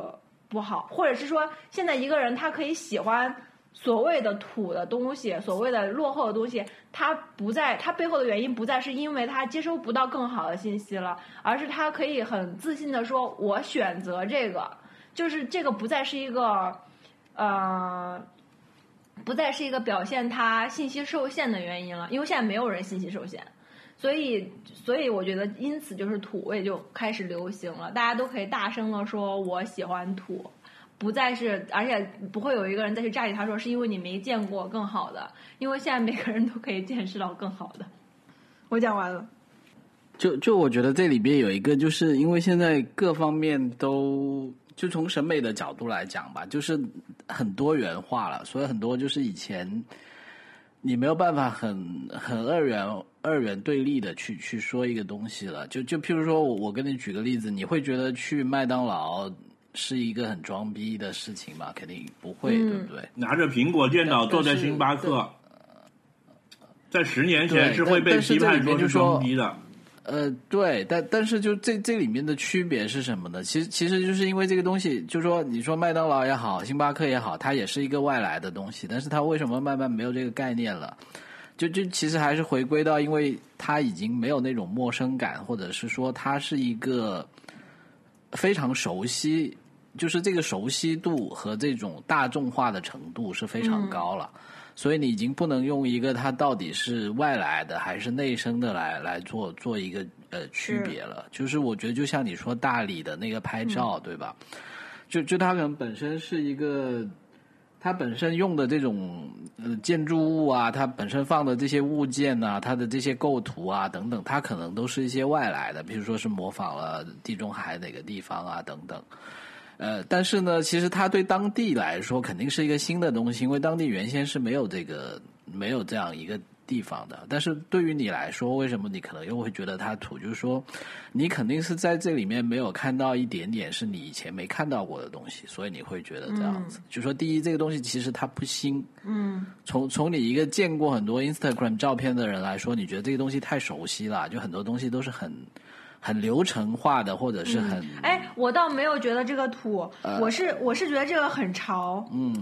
不好，或者是说现在一个人他可以喜欢所谓的土的东西，所谓的落后的东西，他不在他背后的原因不再是因为他接收不到更好的信息了，而是他可以很自信的说我选择这个，就是这个不再是一个呃不再是一个表现他信息受限的原因了，因为现在没有人信息受限，所以所以我觉得因此就是土味就开始流行了，大家都可以大声的说我喜欢土，不再是，而且不会有一个人再去炸起他说是因为你没见过更好的，因为现在每个人都可以见识到更好的。我讲完了。 就就我觉得这里边有一个，就是因为现在各方面都就从审美的角度来讲吧，就是很多元化了，所以很多就是以前你没有办法很很二元二元对立的去去说一个东西了。就就譬如说我我跟你举个例子，你会觉得去麦当劳是一个很装逼的事情吗？肯定不会，嗯、对不对？ 拿着苹果电脑坐在星巴克，在十年前是会被批判说是装逼的。 呃，对，但但是就这这里面的区别是什么呢？其实其实就是因为这个东西，就说你说麦当劳也好，星巴克也好，它也是一个外来的东西，但是它为什么慢慢没有这个概念了？就就其实还是回归到，因为它已经没有那种陌生感，或者是说它是一个非常熟悉，就是这个熟悉度和这种大众化的程度是非常高了。嗯，所以你已经不能用一个它到底是外来的还是内生的来来做做一个呃区别了。就是我觉得就像你说大理的那个拍照，嗯、对吧？就就它可能本身是一个，它本身用的这种呃建筑物啊，它本身放的这些物件啊，它的这些构图啊等等，它可能都是一些外来的，比如说是模仿了地中海哪个地方啊等等。呃，但是呢，其实它对当地来说肯定是一个新的东西，因为当地原先是没有这个没有这样一个地方的。但是对于你来说，为什么你可能又会觉得它土？就是说，你肯定是在这里面没有看到一点点是你以前没看到过的东西，所以你会觉得这样子。嗯、就说第一，这个东西其实它不新。嗯。从从你一个见过很多 Instagram 照片的人来说，你觉得这个东西太熟悉了，就很多东西都是很。很流程化的，或者是很哎、嗯，我倒没有觉得这个土，呃、我是我是觉得这个很潮， 嗯，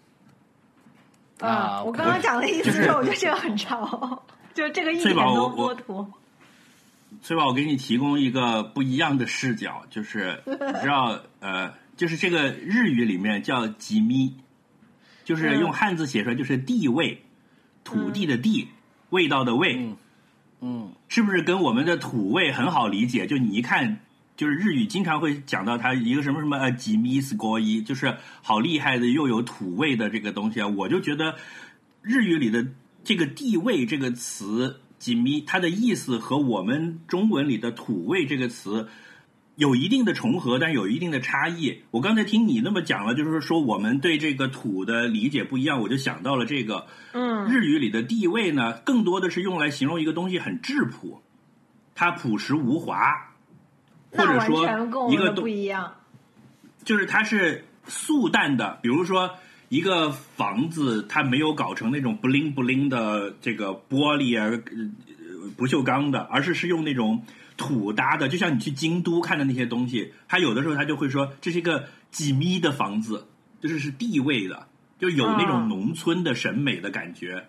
啊，我刚刚讲的意思是，我觉得这个很潮，就这个一点都不土。 崔宝，我给你提供一个不一样的视角，就是你知道，呃，就是这个日语里面叫吉咪，就是用汉字写出来就是地味，嗯、土地的地，味道的味。嗯嗯， 是不是跟我们的土味很好理解？就你一看，就是日语经常会讲到它一个什么什么呃吉米斯高伊，就是好厉害的又有土味的这个东西啊。我就觉得日语里的这个地味这个词吉米，它的意思和我们中文里的土味这个词有一定的重合，但有一定的差异。我刚才听你那么讲了，就是说我们对这个土的理解不一样，我就想到了这个， 嗯， 日语里的地味呢，更多的是用来形容一个东西很质朴，它朴实无华，或者说一个不一样， 就是它是素淡的，比如说一个房子，它没有搞成那种 bling bling 的这个玻璃啊、不锈钢的，而是是用那种土搭的，就像你去京都看的那些东西，他有的时候他就会说这是一个几米的房子，就是是地味的，就有那种农村的审美的感觉。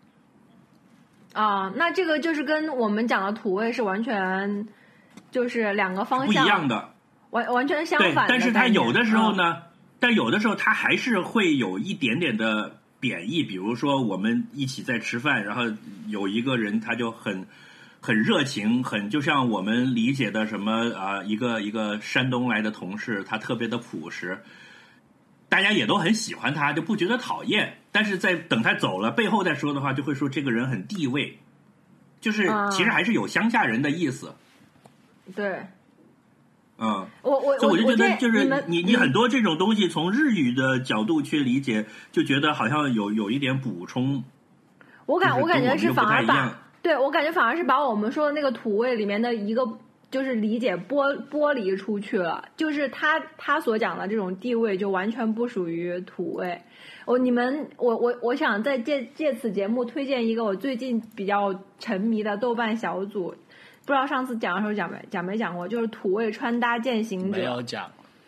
啊，那这个就是跟我们讲的土味是完全就是两个方向不一样的， 完完全相反的。 对，但是他有的时候呢，嗯、但有的时候他还是会有一点点的贬义，比如说我们一起在吃饭，然后有一个人他就很。很热情，很就像我们理解的什么啊、呃，一个一个山东来的同事，他特别的朴实，大家也都很喜欢他，就不觉得讨厌。但是在等他走了，背后再说的话，就会说这个人很地味，就是其实还是有乡下人的意思。 嗯、对， 嗯， 我我所以我就觉得就是你你你很多这种东西从日语的角度去理解，就觉得好像有有一点补充。 我感我感觉是反而把。对，我感觉反而是把我们说的那个土味里面的一个就是理解剥剥离出去了，就是他他所讲的这种地位就完全不属于土味。我你们我我我想在借借此节目推荐一个我最近比较沉迷的豆瓣小组，不知道上次讲的时候讲没讲没讲过，就是土味穿搭践行者。 没有讲。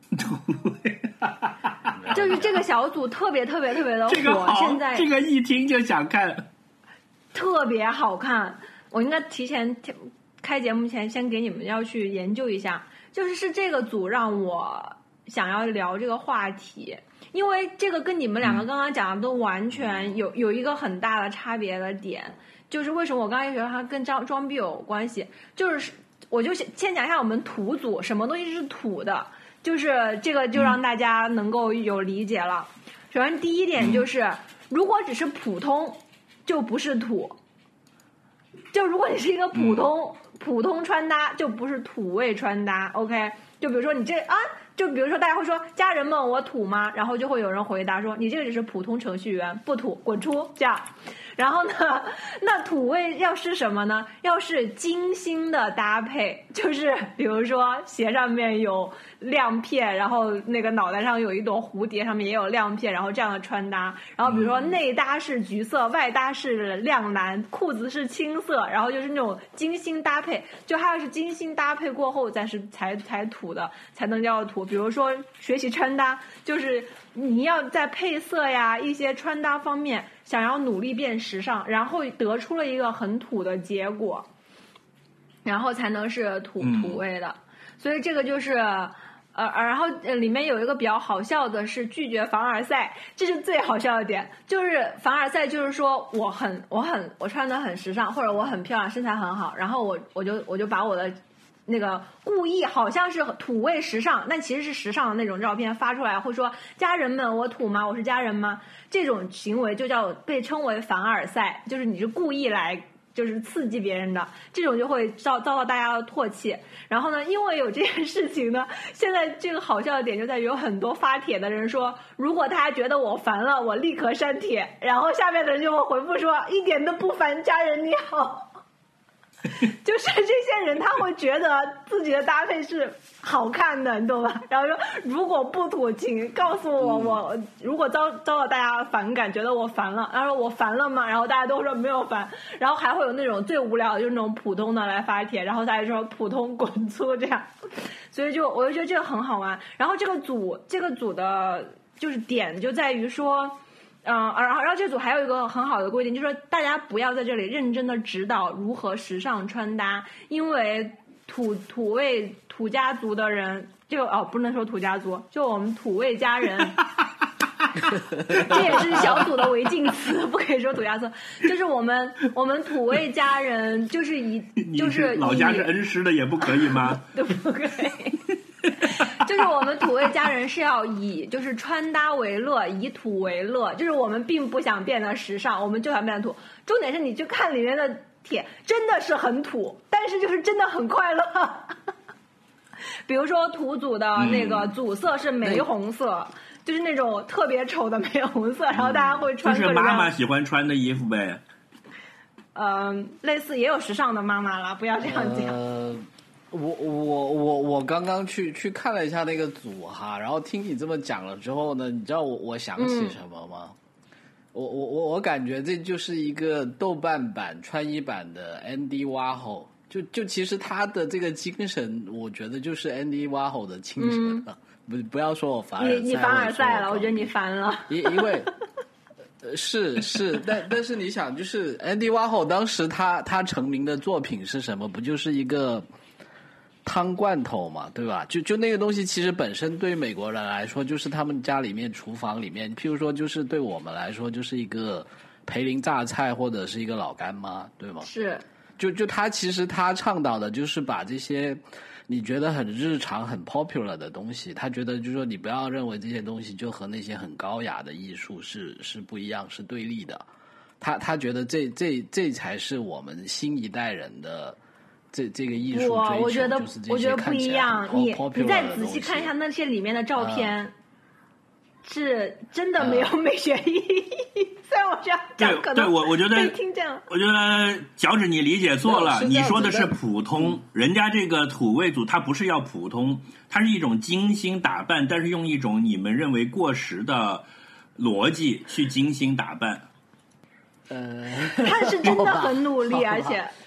土味， 就是这个小组特别特别特别的火， 这个好， 现在这个一听就想看， 特别好看。我应该提前开节目前先给你们要去研究一下，就是是这个组让我想要聊这个话题，因为这个跟你们两个刚刚讲的都完全有有一个很大的差别的点，就是为什么我刚才觉得它跟装装逼有关系，就是我就先先讲一下我们土组什么东西是土的，就是这个就让大家能够有理解了。首先第一点就是，如果只是普通，就不是土。就如果你是一个普通、嗯、普通穿搭，就不是土味穿搭 ，OK？ 就比如说你这啊，就比如说大家会说家人们我土吗？然后就会有人回答说你这个只是普通程序员，不土，滚出这样。然后呢，那土味要是什么呢？要是精心的搭配，就是比如说鞋上面有亮片，然后那个脑袋上有一朵蝴蝶，上面也有亮片，然后这样的穿搭。然后比如说内搭是橘色，外搭是亮蓝，裤子是青色，然后就是那种精心搭配。就它要是精心搭配过后，再是才才土的，才能叫土。比如说学习穿搭，就是你要在配色呀一些穿搭方面想要努力变时尚，然后得出了一个很土的结果，然后才能是土土味的、嗯、所以这个就是呃，然后里面有一个比较好笑的是拒绝凡尔赛，这是最好笑的点，就是凡尔赛就是说我很我很我穿得很时尚，或者我很漂亮，身材很好，然后我我就我就把我的那个故意好像是土味时尚，但其实是时尚的那种照片发出来，会说家人们我土吗？我是家人吗？这种行为就叫被称为凡尔赛，就是你是故意来就是刺激别人的，这种就会遭遭到大家的唾弃。然后呢，因为有这件事情呢，现在这个好笑的点就在于有很多发帖的人说，如果他觉得我烦了，我立刻删帖，然后下面的人就会回复说一点都不烦，家人你好。就是这些人他会觉得自己的搭配是好看的，你懂吧？然后说如果不土，请告诉我，我如果遭遭到大家反感，觉得我烦了，然后说我烦了吗？然后大家都说没有烦，然后还会有那种最无聊的，就是那种普通的来发帖，然后大家说普通滚粗这样，所以就我就觉得这个很好玩。然后这个组这个组的就是点就在于说。嗯，然后然后这组还有一个很好的规定，就是说大家不要在这里认真的指导如何时尚穿搭，因为土土味土家族的人，就哦不能说土家族，就我们土味家人，这也是小组的违禁词，不可以说土家族，就是我们我们土味家人就是以就是老家是恩施的也不可以吗？ 对，不可以。就是我们土味家人是要以就是穿搭为乐，以土为乐，就是我们并不想变得时尚，我们就想变得土。重点是你去看里面的帖，真的是很土，但是就是真的很快乐。比如说土组的那个组色是玫红色、嗯、就是那种特别丑的玫红色，然后大家会穿各种各样、 就是妈妈喜欢穿的衣服呗。 嗯、呃，类似也有时尚的妈妈啦，不要这样讲。 呃我我我我刚刚去去看了一下那个组哈，然后听你这么讲了之后呢，你知道我我想起什么吗？嗯、我我我我感觉这就是一个豆瓣版穿衣版的 Andy Warhol， 就就其实他的这个精神，我觉得就是 Andy Warhol 的精神了。嗯、不不要说我凡尔赛， 你你凡尔赛了，我觉得你烦了。 因因为。是是，但但是你想，就是 Andy Warhol 当时他他成名的作品是什么？不就是一个汤罐头嘛，对吧？就就那个东西，其实本身对于美国人来说，就是他们家里面厨房里面，譬如说，就是对我们来说，就是一个培林榨菜或者是一个老干妈，对吗？ 是。 就就他其实他倡导的就是把这些你觉得很日常很 popular 的东西，他觉得就是说你不要认为这些东西就和那些很高雅的艺术是是不一样，是对立的。他他觉得这这这才是我们新一代人的这这个艺术追求。 我觉得就是这些我觉得不一样，你你再仔细看一下那些里面的照片。嗯，是真的没有美学意义。嗯、虽然我这样讲可能对，我我觉得听这样， 我觉得脚趾你理解错了。你说的是普通，嗯、人家这个土味组他不是要普通，它是一种精心打扮，但是用一种你们认为过时的逻辑去精心打扮。 呃， 他是真的很努力，而且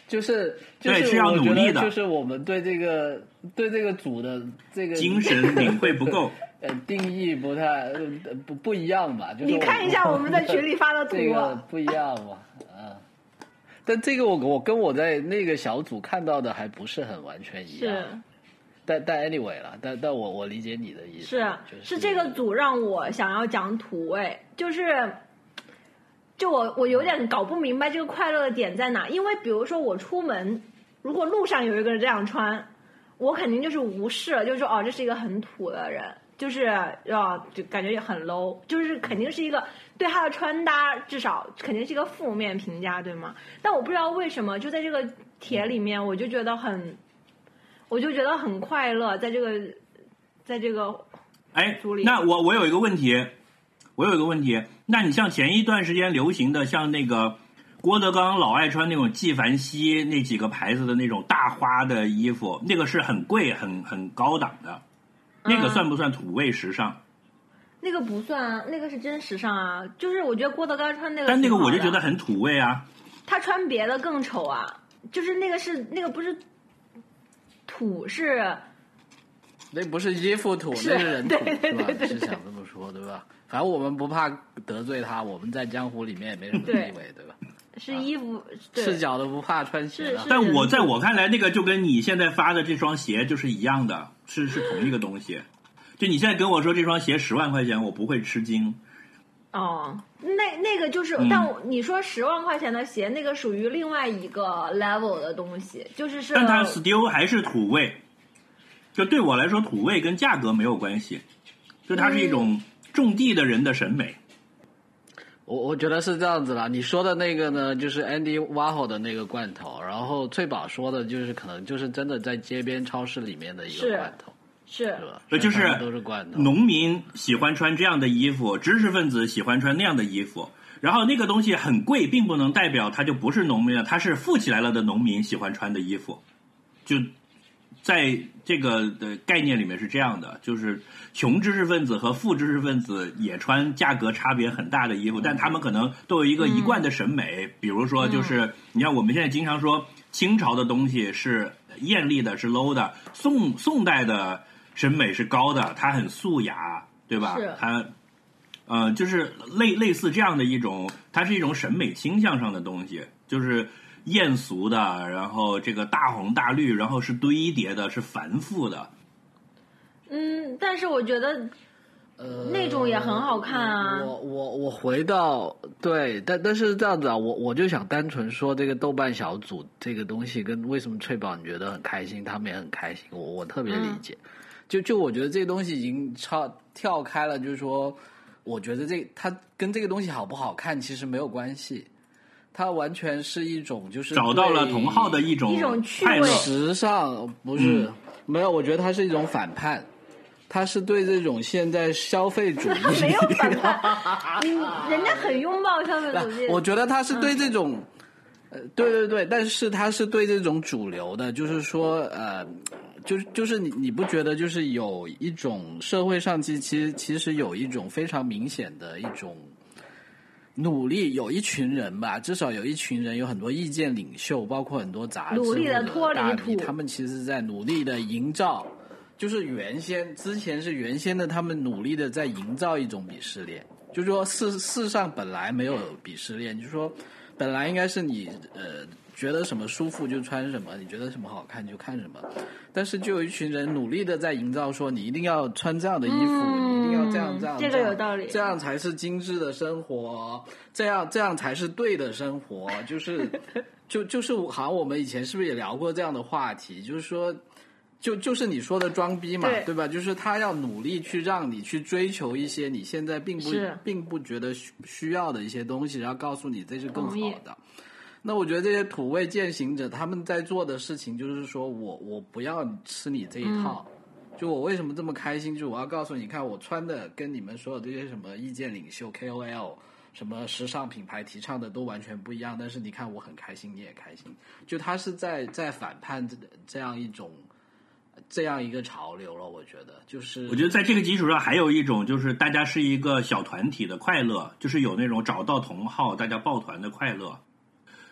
就是就对是要是我觉努力的得就是我们对这个对这个组的这个精神领会不够。 呃，定义不太呃不不一样吧？就是你看一下我们在群里发的图， 这个不一样嘛，啊。但这个我我跟我在那个小组看到的还不是很完全一样。 是。 但但 anyway 了，但但我我理解你的意思。 是、 就是、 是这个组让我想要讲土味，就是就我我有点搞不明白这个快乐的点在哪，因为比如说我出门，如果路上有一个人这样穿，我肯定就是无视了，就是说哦，这是一个很土的人。就是哦，就感觉也很 low， 就是肯定是一个对他的穿搭至少肯定是一个负面评价，对吗？但我不知道为什么就在这个帖里面，我就觉得很，我就觉得很快乐，在这个，在这个哎组里。 那我我有一个问题，我有一个问题，那你像前一段时间流行的，像那个郭德纲老爱穿那种纪梵希那几个牌子的那种大花的衣服，那个是很贵、很很高档的。那个算不算土味时尚？ 嗯、那个不算啊，那个是真时尚啊。就是我觉得郭德纲穿那个， 但那个我就觉得很土味啊。 他穿别的更丑啊，就是那个是那个不是土是， 那不是衣服土， 是那是人土， 对对对对对是吧？是想这么说对吧？反正我们不怕得罪他，我们在江湖里面也没什么地位，对, 对吧？ 是衣服， 赤、啊、脚的不怕穿鞋的。 但我在我看来，那个就跟你现在发的这双鞋就是一样的，是是同一个东西。就你现在跟我说这双鞋十万块钱，我不会吃惊。 哦，那那个就是， 嗯、 但你说十万块钱的鞋，那个属于另外一个 level 的东西，就是是。 但它 still 还是土味，就对我来说，土味跟价格没有关系，就它是一种种地的人的审美。 嗯我我觉得是这样子啦，你说的那个呢，就是 Andy Warhol 的那个罐头，然后翠宝说的就是可能就是真的在街边超市里面的一个罐头， 是是吧？ 呃，就是都是罐头。 农民喜欢穿这样的衣服，知识分子喜欢穿那样的衣服，然后那个东西很贵，并不能代表它就不是农民了，它是富起来了的农民喜欢穿的衣服，就在这个的概念里面是这样的，就是穷知识分子和富知识分子也穿价格差别很大的衣服，但他们可能都有一个一贯的审美，嗯、比如说就是、嗯、你看我们现在经常说清朝的东西是艳丽的，是 low 的，宋宋代的审美是高的，它很素雅，对吧？它呃就是类类似这样的一种，它是一种审美倾向上的东西，就是艳俗的，然后这个大红大绿，然后是堆叠的，是繁复的。 嗯，但是我觉得，呃，那种也很好看啊。 我我我回到对，但但是这样子啊，我我就想单纯说这个豆瓣小组这个东西跟为什么翠宝你觉得很开心，他们也很开心，我我特别理解。嗯、就就我觉得这个东西已经超跳开了，就是说，我觉得这它跟这个东西好不好看其实没有关系。它完全是一种，就是找到了同好的一种一种趣味。 时尚不是、嗯、没有，我觉得它是一种反叛，它是对这种现在消费主义没有反叛，你人家很拥抱消费主义。 我觉得它是对这种，嗯、呃，对对对，但是它是对这种主流的，就是说，呃，就是就是你你不觉得就是有一种社会上其其实其实有一种非常明显的一种。努力有一群人吧，至少有一群人，有很多意见领袖，包括很多杂志努力的脱离土， 他们其实在努力的营造，就是原先之前是原先的，他们努力的在营造一种鄙视链，就是说世世上本来没有鄙视链，就是说本来应该是你呃觉得什么舒服就穿什么，你觉得什么好看就看什么，但是就有一群人努力的在营造说你一定要穿这样的衣服， 嗯、 你一定要这样这样， 这个有道理， 这样才是精致的生活，这样这样才是对的生活，就是就就是好像我们以前是不是也聊过这样的话题，就是说就就是你说的装逼嘛， 对, 对吧？就是他要努力去让你去追求一些你现在并不并不觉得需要的一些东西，然后告诉你这是更好的。那我觉得这些土味践行者他们在做的事情就是说我我不要吃你这一套、嗯、就我为什么这么开心，就是我要告诉你看我穿的跟你们所有这些什么意见领袖 K O L 什么时尚品牌提倡的都完全不一样，但是你看我很开心你也开心，就他是在在反叛这样一种这样一个潮流了。我觉得就是我觉得在这个基础上还有一种就是大家是一个小团体的快乐，就是有那种找到同好大家抱团的快乐。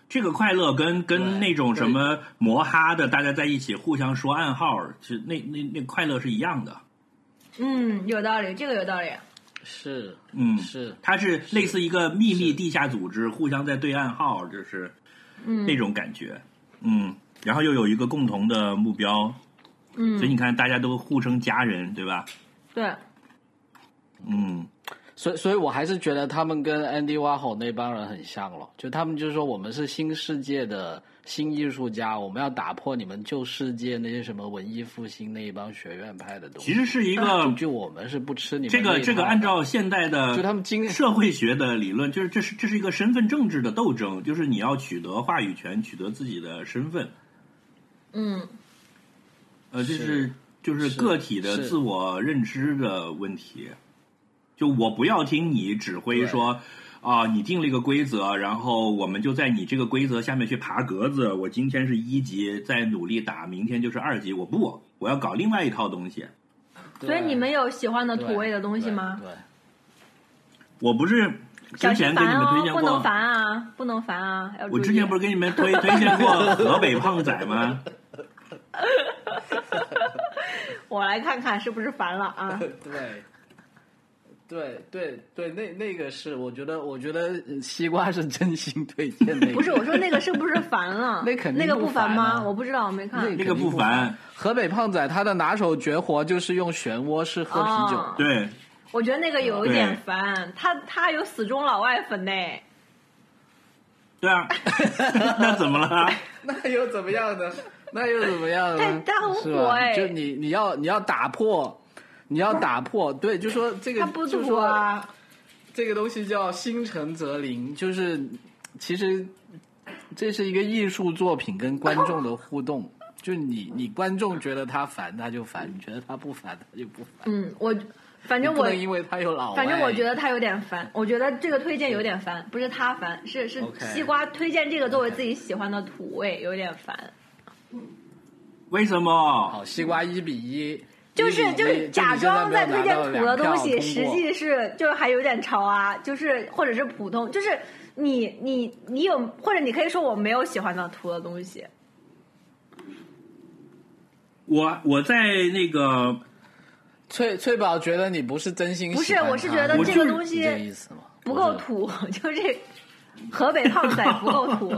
这个快乐跟跟那种什么摩哈的，大家在一起互相说暗号，是那那那快乐是一样的。 嗯，有道理，这个有道理。 是， 嗯， 是， 它是类似一个秘密地下组织，互相在对暗号，就是嗯那种感觉。嗯，然后又有一个共同的目标， 嗯， 所以你看大家都互称家人，对吧？ 对， 嗯。 所以，所以我还是觉得他们跟 Andy Warhol 那帮人很像了，就他们就是说我们是新世界的新艺术家，我们要打破你们旧世界那些什么文艺复兴那一帮学院派的东西。 其实是一个， 就就我们是不吃你们这个这个按照现代的就他们经社会学的理论，就是这是这是一个身份政治的斗争，就是你要取得话语权，取得自己的身份。 嗯， 呃，这是就是个体的自我认知的问题。就我不要听你指挥说啊、呃，你定了一个规则，然后我们就在你这个规则下面去爬格子。我今天是一级，再努力打，明天就是二级。我不，我要搞另外一套东西。 所以你们有喜欢的土味的东西吗？ 对，对我不是之前给你们推荐过， 不能烦啊，不能烦啊！要我之前不是给你们推推荐过河北胖仔吗？ 我来看看是不是烦了啊？ 对。对对对，那那个是，我觉得，我觉得西瓜是真心推荐那个。 不是，我说那个是不是烦了？ 那肯定那个不烦吗？我不知道，我没看。 那个不烦。 河北胖仔他的拿手绝活就是用漩涡式喝啤酒。 哦、 对。 我觉得那个有一点烦，他他有死忠老外粉呢。 对啊，那怎么了？ 那又怎么样呢？那又怎么样呢？ 他很火哎！ 就你你要你要打破。你要打破，对，就说这个， 他不土啊， 这个东西叫心诚则灵，就是其实这是一个艺术作品跟观众的互动，就你你观众觉得他烦他就烦，你觉得他不烦他就不烦。 嗯，我反正我因为他有老外， 反正我觉得他有点烦，我觉得这个推荐有点烦，不是他烦，是是西瓜推荐这个作为自己喜欢的土味有点烦。 为什么？ 好，西瓜一比一。 就是就是假装在推荐土的东西，实际是就还有点潮啊，就是或者是普通，就是你你你有或者你可以说我没有喜欢的土的东西。 我我在那个翠翠宝觉得你不是真心喜欢， 不是，我是觉得这个东西不够土，就是河北胖仔不够土。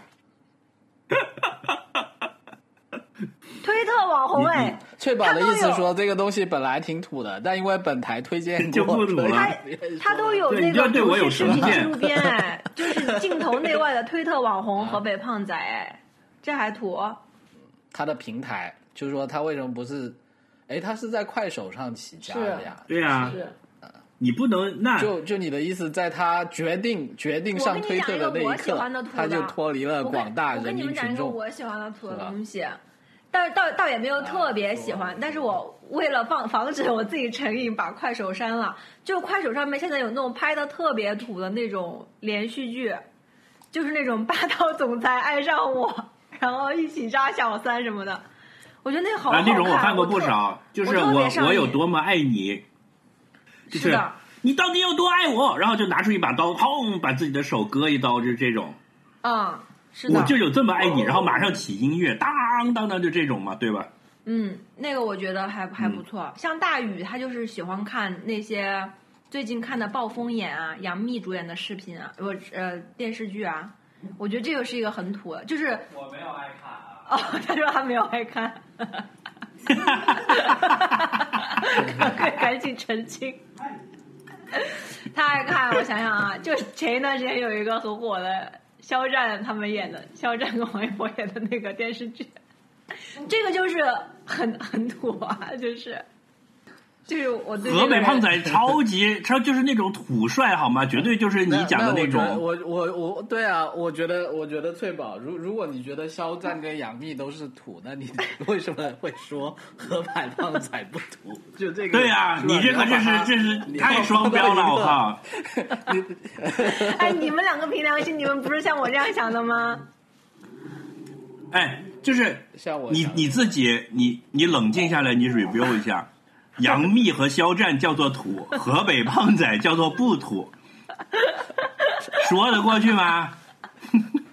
推特网红哎， 翠宝的意思说这个东西本来挺土的，但因为本台推荐过就不土了。 他他都有那个不是视频纪录片哎，就是镜头内外的推特网红河北胖仔哎，这还土？ 他的平台就是说他为什么不是？哎，他是在快手上起家的呀？ 对呀， 是。 你不能那就就你的意思，在他决定决定上推特的那一刻，他就脱离了广大人民群众。 我跟你们讲一个我喜欢的土的东西。但是倒倒也没有特别喜欢，但是我为了防防止我自己成瘾，把快手删了。就快手上面现在有那种拍的特别土的那种连续剧，就是那种霸道总裁爱上我，然后一起扎小三什么的。我觉得那个好好看。 啊，那种我看过不少，就是我我有多么爱你，就是你到底有多爱我，然后就拿出一把刀，砰，把自己的手割一刀，就是这种。 嗯。是的， 我就有这么爱你，然后马上起音乐，当当当，就这种嘛，对吧？ 嗯，那个我觉得还还不错。嗯、像大宇，他就是喜欢看那些最近看的《暴风眼》啊、杨幂主演的视频啊，不呃电视剧啊。我觉得这个是一个很土的，就是我没有爱看啊。 哦，他说他没有爱看，赶紧澄清。他爱看，我想想啊，就前一段时间有一个很火的。肖战他们演的，肖战跟王一博演的那个电视剧，这个就是很很土啊，就是就是我对河北胖仔超级超就是那种土帅好吗？绝对就是你讲的那种。 那我我我对啊，我觉得我觉得翠宝，如如果你觉得肖战跟杨幂都是土，那你为什么会说河北胖仔不土？就这个对啊，你这个这是这是太双标了，我靠！ 哎，你们两个凭良心，你们不是像我这样想的吗？ 哎，就是像我你你自己，你你冷静下来，你 review 一下。杨幂和肖战叫做土，河北胖仔叫做不土，说得过去吗？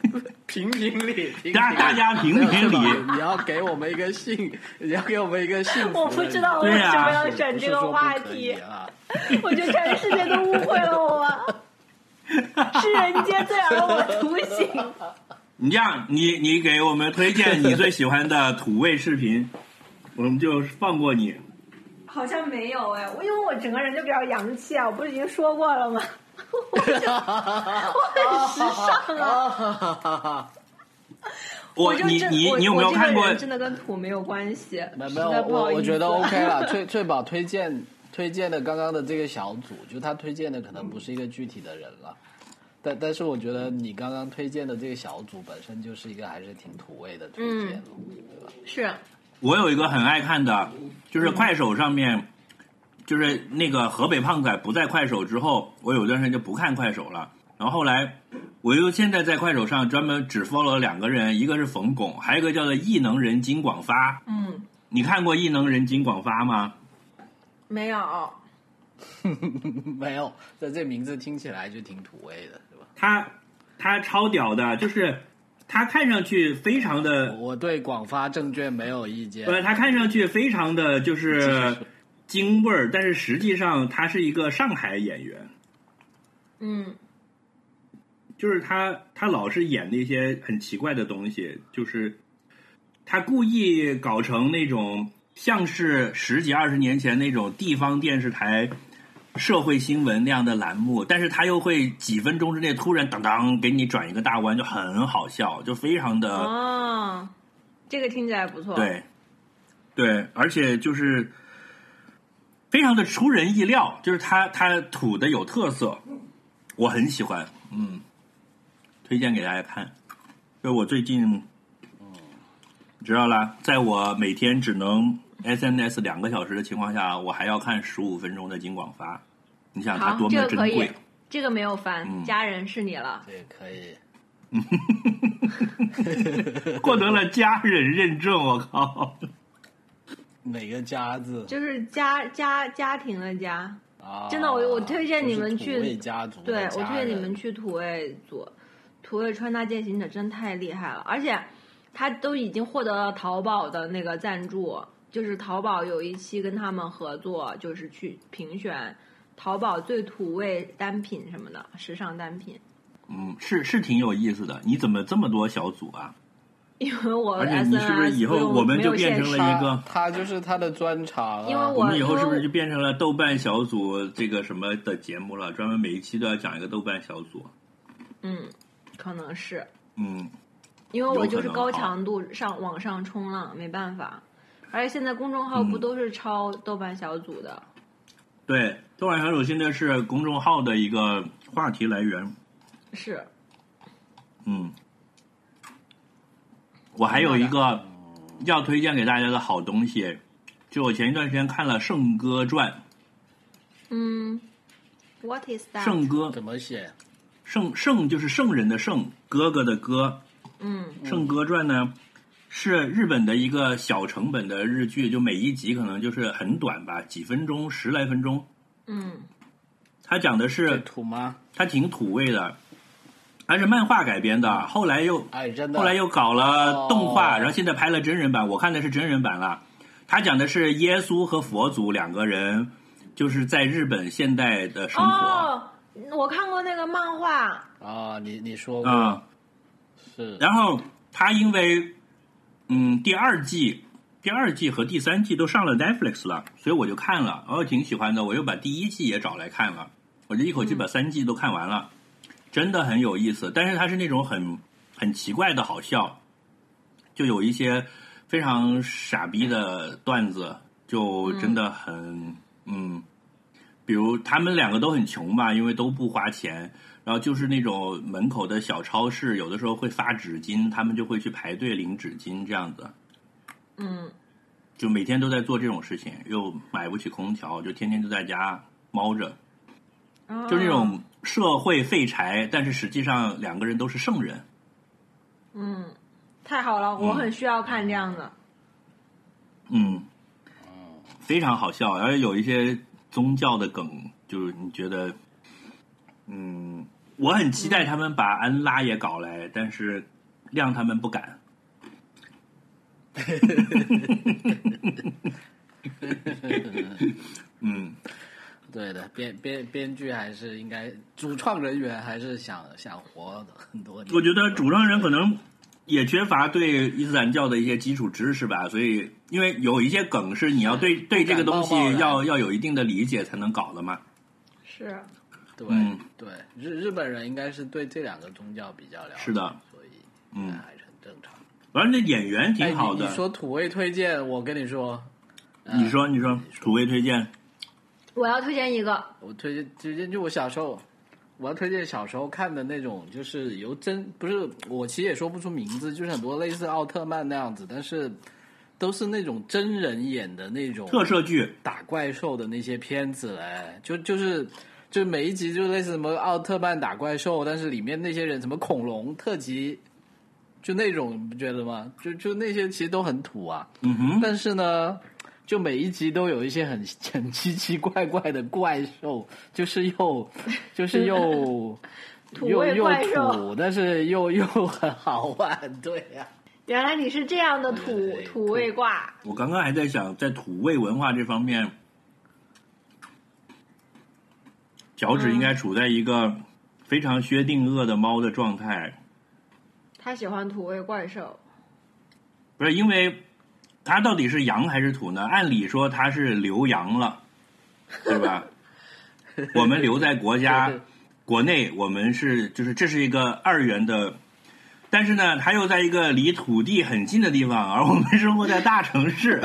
评评理，评评理大大家评评理。 你要给我们一个幸，你要给我们一个幸福的。 我不知道对啊为什么要选这个话题，我觉得全世界都误会了我，是人皆醉而我独醒。 你这样，你你给我们推荐你最喜欢的土味视频，我们就放过你。 好像没有哎，我因为我整个人就比较洋气啊，我不是已经说过了吗？我就我很时尚啊。 我就真你你我你有没有看过我这个人真的跟土没有关系， 没没有， 实在不好意思我我觉得 OK 了。翠翠宝推荐推荐的刚刚的这个小组，就他推荐的可能不是一个具体的人了，但但是我觉得你刚刚推荐的这个小组本身就是一个还是挺土味的推荐了， 嗯、 对吧？ 是。 我有一个很爱看的，就是快手上面，就是那个河北胖仔不在快手之后，我有段时间就不看快手了。然后后来，我又现在在快手上专门只 follow 了两个人，一个是冯巩，还有一个叫做异能人金广发。 嗯， 你看过异能人金广发吗？ 没有。 没有，这这名字听起来就挺土味的，是吧？ 他他超屌的，就是他看上去非常的， 我对广发证券没有意见。 不，他看上去非常的就是京味儿，但是实际上他是一个上海演员。 嗯。 就是他，他老是演那些很奇怪的东西，就是他故意搞成那种像是十几二十年前那种地方电视台社会新闻那样的栏目，但是他又会几分钟之内突然当当给你转一个大弯，就很好笑，就非常的哦，这个听起来不错。 对，对，而且就是非常的出人意料，就是他他土的有特色，我很喜欢，嗯。推荐给大家看，就我最近，嗯，知道啦，在我每天只能 S N S 两个小时的情况下，我还要看十五分钟的金广发，你想它多么珍贵。 这个可以，这个没有烦， 嗯、 家人是你了， 这也可以， 获得了家人认证，我靠！ 哪个家字？ 就是家家家庭的家。 啊、 真的，我我推荐你们去土味家族， 对我推荐你们去土味组。土味穿搭践行者真太厉害了，而且他都已经获得了淘宝的那个赞助，就是淘宝有一期跟他们合作，就是去评选淘宝最土味单品什么的时尚单品。 嗯，是是挺有意思的。你怎么这么多小组啊？ 因为我而且你是不是以后我们就变成了一个他就是他的专长、啊。 因为我我们以后是不是就变成了豆瓣小组这个什么的节目了？专门每一期都要讲一个豆瓣小组。 嗯。可能是， 嗯， 因为我就是高强度上往上冲浪，没办法。而且现在公众号不都是抄豆瓣小组的？ 嗯、对，豆瓣小组现在是公众号的一个话题来源。 是， 嗯，我还有一个要推荐给大家的好东西，就我前一段时间看了《圣歌传》。 嗯 ，What is that？ 圣歌怎么写？ 圣圣就是圣人的圣，哥哥的哥。 嗯， 圣歌传呢是日本的一个小成本的日剧，就每一集可能就是很短吧，几分钟，十来分钟。 嗯， 它讲的是土吗？ 它挺土味的，它是漫画改编的，后来又哎真的， 后来又搞了动画， 哦、 然后现在拍了真人版，我看的是真人版了。它讲的是耶稣和佛祖两个人，就是在日本现代的生活。 哦，我看过那个漫画啊，你你说过、 嗯、 是， 然后他因为嗯第二季第二季和第三季都上了 Netflix 了，所以我就看了，我挺喜欢的，我又把第一季也找来看了，我就一口气把三季都看完了、嗯、真的很有意思，但是它是那种很很奇怪的好笑，就有一些非常傻逼的段子，就真的很 嗯, 嗯比如他们两个都很穷吧，因为都不花钱，然后就是那种门口的小超市有的时候会发纸巾，他们就会去排队领纸巾这样子。 嗯， 就每天都在做这种事情，又买不起空调，就天天就在家猫着、 哦、 就那种社会废柴，但是实际上两个人都是圣人。 嗯，太好了，我很需要看这样的。 嗯，非常好笑，而且有一些宗教的梗，就是你觉得嗯我很期待他们把安拉也搞来、嗯、但是谅他们不敢。嗯， 对的，编编编剧还是应该，主创人员还是想想活的很多年。 我觉得主创人可能也缺乏对伊斯兰教的一些基础知识吧，所以因为有一些梗是你要对对这个东西要要有一定的理解才能搞的嘛。 是， 对、 嗯、 对，日日本人应该是对这两个宗教比较了解， 是的， 所以嗯还是很正常。 反正这演员挺好的。 哎、你, 你说土味推荐，我跟你说， 你说、呃、你说土味推荐， 我要推荐一个， 我推荐推荐就我小时候。我要推荐小时候看的那种，就是由真不是我其实也说不出名字，就是很多类似奥特曼那样子，但是都是那种真人演的那种特摄剧打怪兽的那些片子，哎，就就是就每一集就类似什么奥特曼打怪兽，但是里面那些人什么恐龙特辑，就那种你不觉得吗？就就那些其实都很土啊， 嗯哼， 但是呢。就每一集都有一些很很奇奇怪怪的怪兽，就是又就是又土味怪兽又又土，但是又又很好玩，对呀、啊。 原来你是这样的土土味挂。 我刚刚还在想，在土味文化这方面，脚趾应该处在一个非常薛定谔的猫的状态。 他喜欢土味怪兽， 不是因为。它到底是羊还是土呢？按理说它是留洋了，对吧？我们留在国家国内，我们是就是这是一个二元的，但是呢，它又在一个离土地很近的地方，而我们生活在大城市，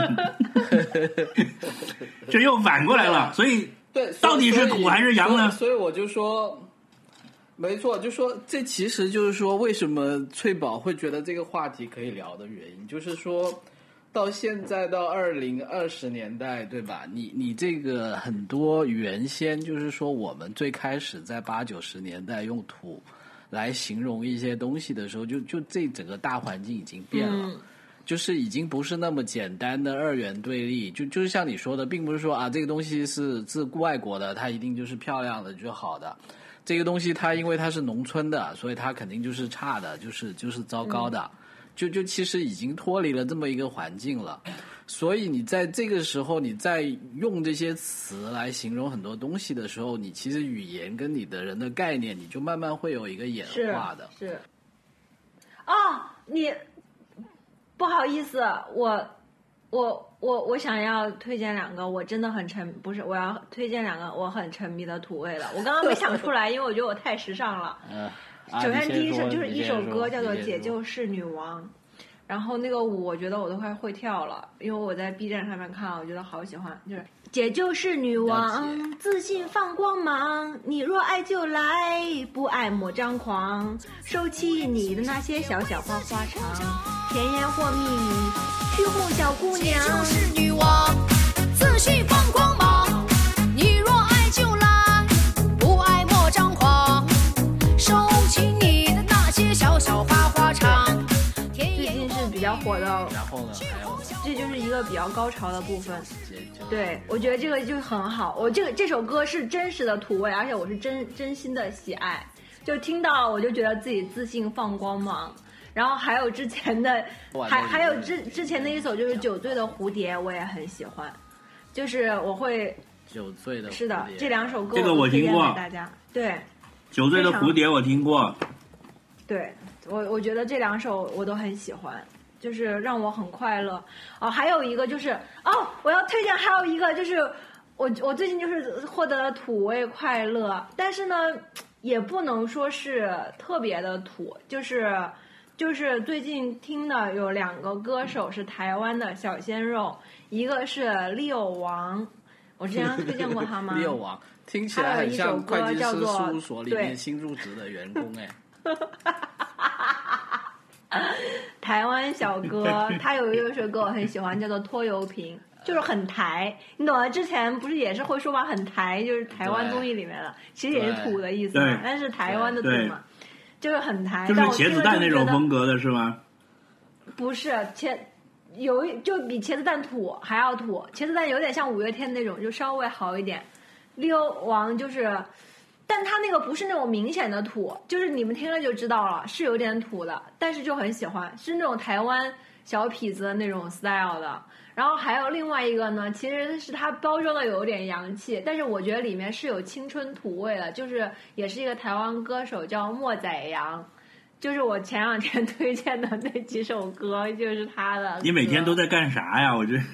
这又反过来了。所以， 对， 到底是土还是羊呢？ 所以, 所以我就说，没错，就说这其实就是说，为什么翠宝会觉得这个话题可以聊的原因，就是说。到现在到二零二十年代，对吧？你你这个很多原先就是说，我们最开始在八九十年代用土来形容一些东西的时候，就就这整个大环境已经变了， 嗯、 就是已经不是那么简单的二元对立。就就是像你说的，并不是说啊这个东西是自外国的，它一定就是漂亮的就好的。这个东西它因为它是农村的，所以它肯定就是差的，就是就是糟糕的。嗯就就其实已经脱离了这么一个环境了，所以你在这个时候你在用这些词来形容很多东西的时候，你其实语言跟你的人的概念，你就慢慢会有一个演化的。 是。是哦，你不好意思，我我我我想要推荐两个，我真的很沉，不是我要推荐两个我很沉迷的土味了。我刚刚没想出来，因为我觉得我太时尚了。 嗯。 首先第一首就是一首歌叫做 《 解救是女王》，然后那个舞我觉得我都快会跳了，因为我在 B 站上面看，我觉得好喜欢。就是解救是女王，自信放光芒，你若爱就来，不爱莫张狂，收起你的那些小小花花肠，甜言或蜜语，去哄小姑娘。 解救是女王，自信放光芒，你若爱就来，不爱莫张狂。收起你的那些小小花花肠。 最近是比较火的， 然后呢？还有呢？ 这就是一个比较高潮的部分。对，我觉得这个就很好。我这个这首歌是真实的土味，而且我是真真心的喜爱。就听到我就觉得自己自信放光芒。然后还有之前的，还还有之之前的一首就是酒醉的蝴蝶，我也很喜欢。就是我会酒醉的蝴蝶是的，这两首歌这个我听过， 给大家对。 酒醉的蝴蝶我听过， 对我我觉得这两首我都很喜欢，就是让我很快乐。哦，还有一个就是哦，我要推荐还有一个就是我我最近就是获得了土味快乐，但是呢也不能说是特别的土，就是就是最近听的有两个歌手是台湾的小鲜肉，一个是六王，我之前推荐过他吗？ 六王。听起来很像会计师事务所里面新入职的员工哎。台湾小哥，他有一首歌我很喜欢，叫做《拖油瓶》，就是很台，你懂吗？之前不是也是会说嘛，很台，就是台湾综艺里面的，其实也是土的意思嘛，但是台湾的土嘛，就是很台。 就是茄子蛋那种风格的是吗？ 不是，茄有就比茄子蛋土还要土，茄子蛋有点像五月天那种，就稍微好一点。六王就是， 但它那个不是那种明显的土，就是你们听了就知道了，是有点土的，但是就很喜欢，是那种台湾小痞子的那种 style 的。然后还有另外一个呢，其实是它包装的有点洋气，但是我觉得里面是有青春土味的，就是也是一个台湾歌手叫莫宰阳，就是我前两天推荐的那几首歌就是他的。 你每天都在干啥呀？我这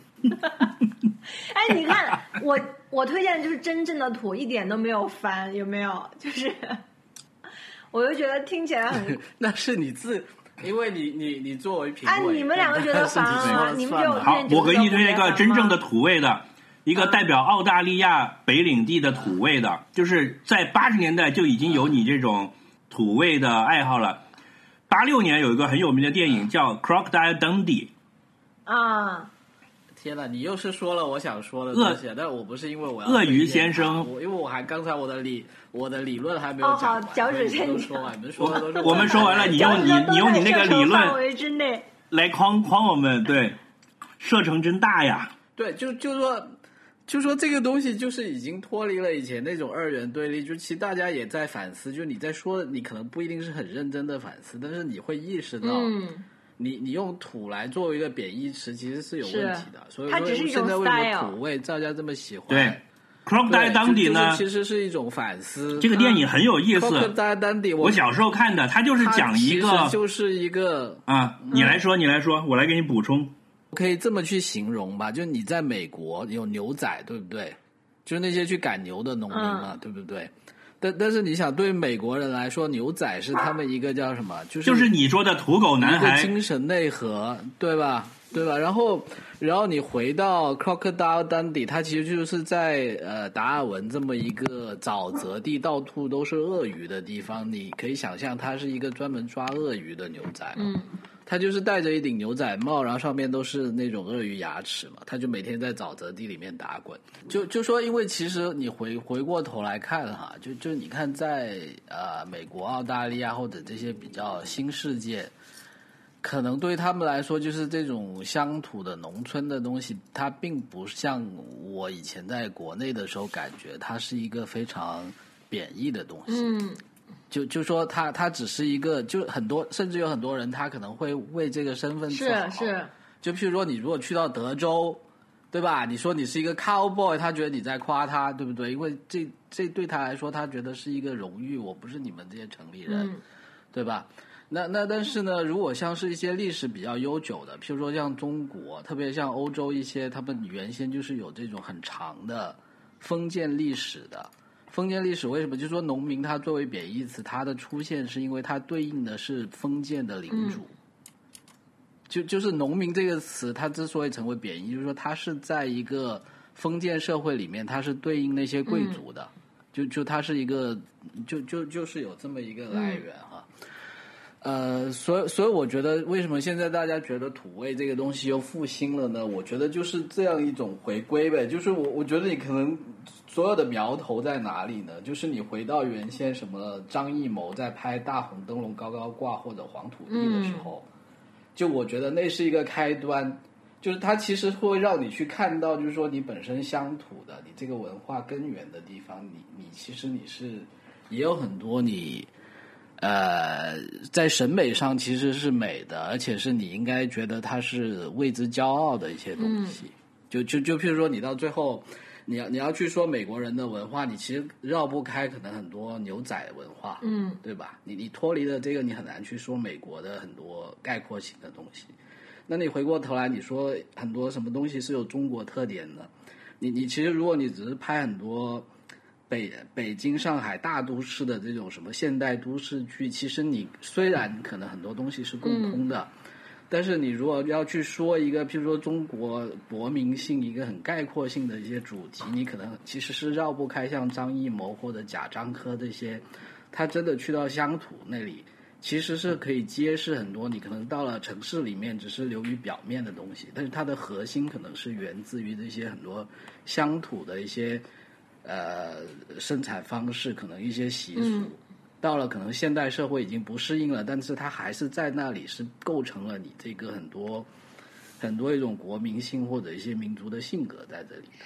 哎，你看我我推荐的就是真正的土，一点都没有烦，有没有？就是我就觉得听起来很那是你自，因为你你你作为评委， 哎，你们两个觉得烦啊？你们就好，我给你推荐一个真正的土味的，一个代表澳大利亚北领地的土味的，就是在八十年代就已经有你这种土味的爱好了。八六年有一个很有名的电影叫《Crocodile Dundee》 啊。 天哪，你又是说了我想说的东西，但我不是因为我要鳄鱼先生， 我因为我还刚才我的理我的理论还没有讲完， 哦、好，脚趾先都说完，你们说的都是我们说完了，你用你你用你那个理论范围之内来框框我们，对，射程真大呀。 对，就就说就说这个东西就是已经脱离了以前那种二元对立，就其实大家也在反思，就你在说，你可能不一定是很认真的反思，但是你会意识到。 嗯你你用土来作为一个贬义词，其实是有问题的，所以它只是一种 style， 现在为什么土味大家这么喜欢？ 对 ，Crocodile Dundee 呢， 其实是一种反思。 这个电影很有意思。 Crocodile Dundee， 我小时候看的，它就是讲一个， 就是一个啊，你来说，你来说，我来给你补充。 可以这么去形容吧，就你在美国有牛仔，对不对？就是那些去赶牛的农民嘛， 嗯、 对不对？但但是你想，对美国人来说，牛仔是他们一个叫什么？就是就是你说的土狗男孩， 一个精神内核，对吧？对吧？然后，然后你回到 Crocodile Dundee， 它其实就是在呃达尔文这么一个沼泽地，到处都是鳄鱼的地方，你可以想象，它是一个专门抓鳄鱼的牛仔。 嗯。 他就是戴着一顶牛仔帽，然后上面都是那种鳄鱼牙齿嘛，他就每天在沼泽地里面打滚。就就说，因为其实你回回过头来看哈，就就你看在呃美国、澳大利亚或者这些比较新世界，可能对他们来说，就是这种乡土的农村的东西，它并不像我以前在国内的时候感觉它是一个非常贬义的东西。 嗯。 就就说他他只是一个，就很多甚至有很多人他可能会为这个身份自豪。 是是。 就譬如说你如果去到德州，对吧？你说你是一个 cowboy， 他觉得你在夸他，对不对？因为这这对他来说，他觉得是一个荣誉，我不是你们这些城里人， 嗯、 对吧？那那但是呢，如果像是一些历史比较悠久的，譬如说像中国，特别像欧洲一些，他们原先就是有这种很长的封建历史的。封建历史为什么？就是说农民他作为贬义词，它的出现是因为它对应的是封建的领主。嗯、就就是农民这个词，它之所以成为贬义，就是说它是在一个封建社会里面，它是对应那些贵族的。嗯、就就它是一个，就就就是有这么一个来源哈。嗯、呃，所以所以我觉得，为什么现在大家觉得土味这个东西又复兴了呢？我觉得就是这样一种回归呗。就是我我觉得你可能。所有的苗头在哪里呢？就是你回到原先什么张艺谋在拍大红灯笼高高挂或者黄土地的时候，嗯、就我觉得那是一个开端，就是它其实会让你去看到，就是说你本身乡土的，你这个文化根源的地方，你你其实你是也有很多你呃在审美上其实是美的，而且是你应该觉得它是为之骄傲的一些东西。嗯、就就就譬如说你到最后。你要你要去说美国人的文化，你其实绕不开可能很多牛仔文化， 嗯， 对吧？你你脱离了这个，你很难去说美国的很多概括性的东西。那你回过头来，你说很多什么东西是有中国特点的？你你其实如果你只是拍很多北北京、上海大都市的这种什么现代都市剧，其实你虽然可能很多东西是共通的。嗯，但是你如果要去说一个，譬如说中国国民性一个很概括性的一些主题，你可能其实是绕不开像张艺谋或者贾樟柯这些，他真的去到乡土那里，其实是可以揭示很多你可能到了城市里面只是流于表面的东西，但是它的核心可能是源自于这些很多乡土的一些呃生产方式，可能一些习俗。嗯，到了可能现代社会已经不适应了，但是它还是在那里，是构成了你这个很多很多一种国民性或者一些民族的性格在这里。 是，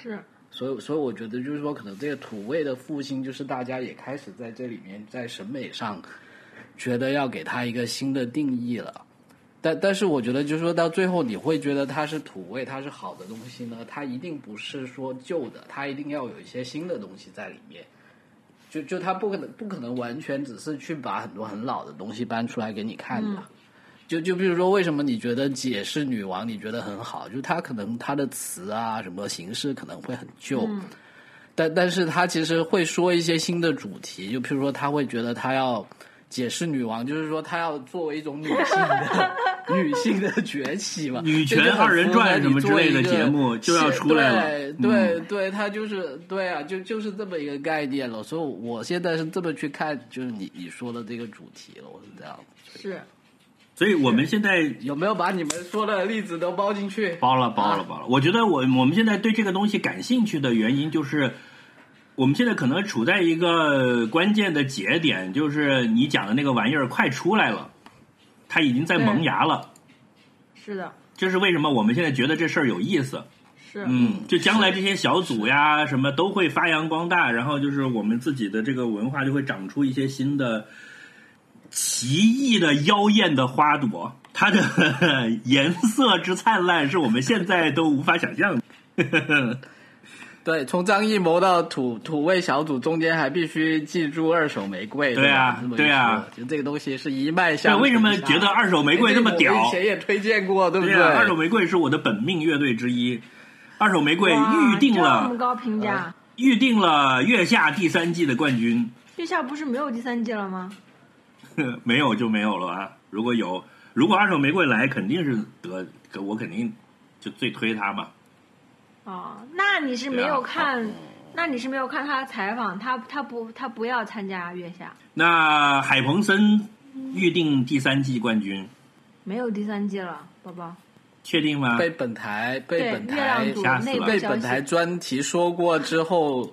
所以所以我觉得就是说，可能这个土味的复兴，就是大家也开始在这里面在审美上觉得要给它一个新的定义了。但但是我觉得就是说到最后，你会觉得它是土味，它是好的东西呢，它一定不是说旧的，它一定要有一些新的东西在里面。就就它不可能不可能完全只是去把很多很老的东西搬出来给你看的。嗯，就就比如说，为什么你觉得姐是女王，你觉得很好？就它可能它的词啊，什么形式可能会很旧，嗯，但但是它其实会说一些新的主题。就譬如说，他会觉得他要姐是女王，就是说他要作为一种女性的女性的崛起嘛， 女权二人转什么之类的节目就要出来了。 对对、嗯、对，他就是对啊，就就是这么一个概念了。所以我现在是这么去看，就是你你说的这个主题了，我是这样。 是。 所以我们现在有没有把你们说的例子都包进去？ 包了，包了，包了。我觉得我我们现在对这个东西感兴趣的原因，就是我们现在可能处在一个关键的节点，就是你讲的那个玩意儿快出来了，它已经在萌芽了。 是的。 这是为什么我们现在觉得这事儿有意思。 是。 嗯，就将来这些小组呀什么都会发扬光大，然后就是我们自己的这个文化就会长出一些新的奇异的妖艳的花朵，它的颜色之灿烂是我们现在都无法想象的。 对，从张艺谋到土土味小组中间还必须记住二手玫瑰。 对啊，对啊， 就这个东西是一脉相承。 为什么觉得二手玫瑰这么屌？ 我以前也推荐过，对不对？ 对啊，二手玫瑰是我的本命乐队之一。二手玫瑰预定了这么高评价，呃、 预定了月下第三季的冠军。 月下不是没有第三季了吗？ 没有就没有了啊！如果有，如果二手玫瑰来，肯定是得，我肯定就最推他嘛。 哦，那你是没有看，啊、那你是没有看他的采访，他他不他不要参加月下。 那海鹏森预定第三季冠军， 没有第三季了，宝宝。 确定吗？ 被本台被本台吓死了， 被本台专题说过之后。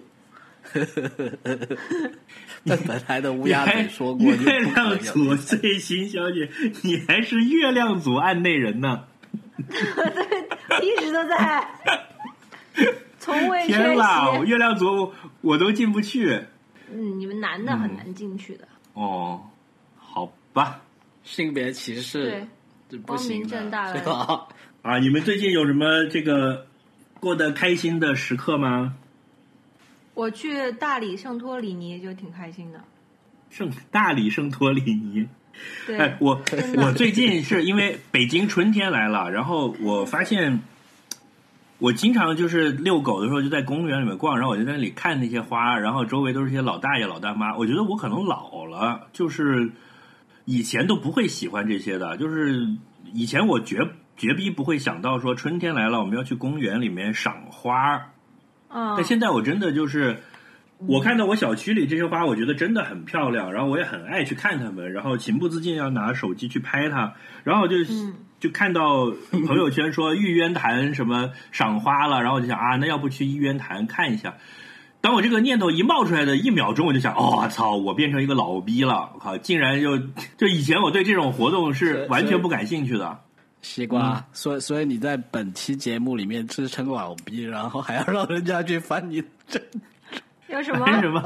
被本台的乌鸦嘴说过， 月亮组最新消息，你还是月亮组案内人呢？ 一直都在，从未缺席。 天哪，月亮组我都进不去。 嗯，你们男的很难进去的。 嗯、哦，好吧， 性别歧视， 对，光明正大的啊！你们最近有什么这个过得开心的时刻吗？ 我去大理圣托里尼就挺开心的。 圣大理圣托里尼， 对， 哎，我我最近是因为北京春天来了，然后我发现我经常就是遛狗的时候就在公园里面逛，然后我就在那里看那些花，然后周围都是些老大爷老大妈。我觉得我可能老了，就是以前都不会喜欢这些的，就是以前我绝绝逼不会想到说春天来了我们要去公园里面赏花。但现在我真的就是，我看到我小区里这些花，我觉得真的很漂亮，然后我也很爱去看它们，然后情不自禁要拿手机去拍它，然后就、嗯、就看到朋友圈说玉渊潭什么赏花了，然后我就想啊，那要不去玉渊潭看一下。当我这个念头一冒出来的一秒钟，我就想，哦操，我变成一个老逼了，我靠，竟然就就以前我对这种活动是完全不感兴趣的。 西瓜，嗯、所以所以你在本期节目里面自称老逼，然后还要让人家去翻你的珍珠， 有什么？ 什么？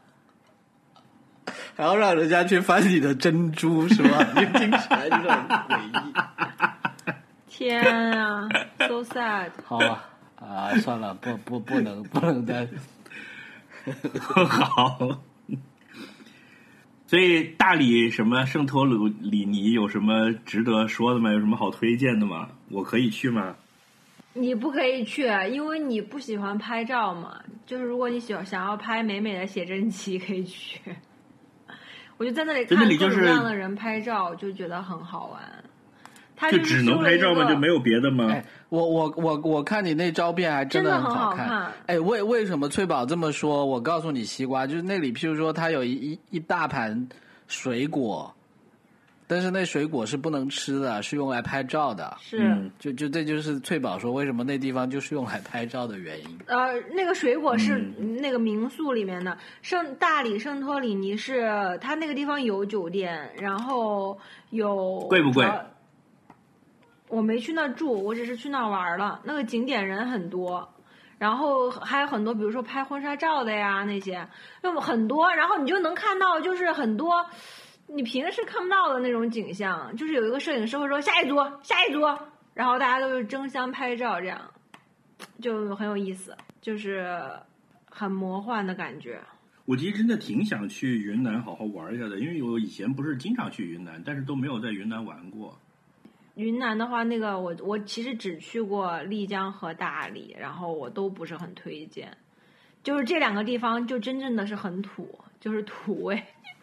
还要让人家去翻你的珍珠是吧？你听起来就很诡异。 天啊 ，so sad。 好吧，啊，算了，不不不能不能再。 好。所以大理什么圣托里尼有什么值得说的吗？有什么好推荐的吗？我可以去吗？ 你不可以去，因为你不喜欢拍照嘛。就是如果你喜欢想要拍美美的写真集，可以去。我就在那里看各种各样的人拍照，就觉得很好玩。他就只能拍照吗？就没有别的吗？ 哎，我我我我看你那照片还真的很好看。 真的很好看。 哎，为为什么翠宝这么说？我告诉你，西瓜就是那里，譬如说，它有一一一大盘水果，但是那水果是不能吃的，是用来拍照的。 是， 嗯、就就这就是翠宝说为什么那地方就是用来拍照的原因。 呃，那个水果是那个民宿里面的，嗯、圣大理圣托里尼是它那个地方有酒店，然后有贵不贵？ 我没去那住，我只是去那玩了。那个景点人很多， 然后还有很多，比如说拍婚纱照的呀那些，那么很多，然后你就能看到就是很多你平时看不到的那种景象，就是有一个摄影师会说下一组下一组，然后大家都是争相拍照，这样就很有意思，就是很魔幻的感觉。 我其实真的挺想去云南好好玩一下的，因为我以前不是经常去云南，但是都没有在云南玩过。 云南的话，那个我我其实只去过丽江和大理，然后我都不是很推荐。就是这两个地方就真正的是很土，就是土味，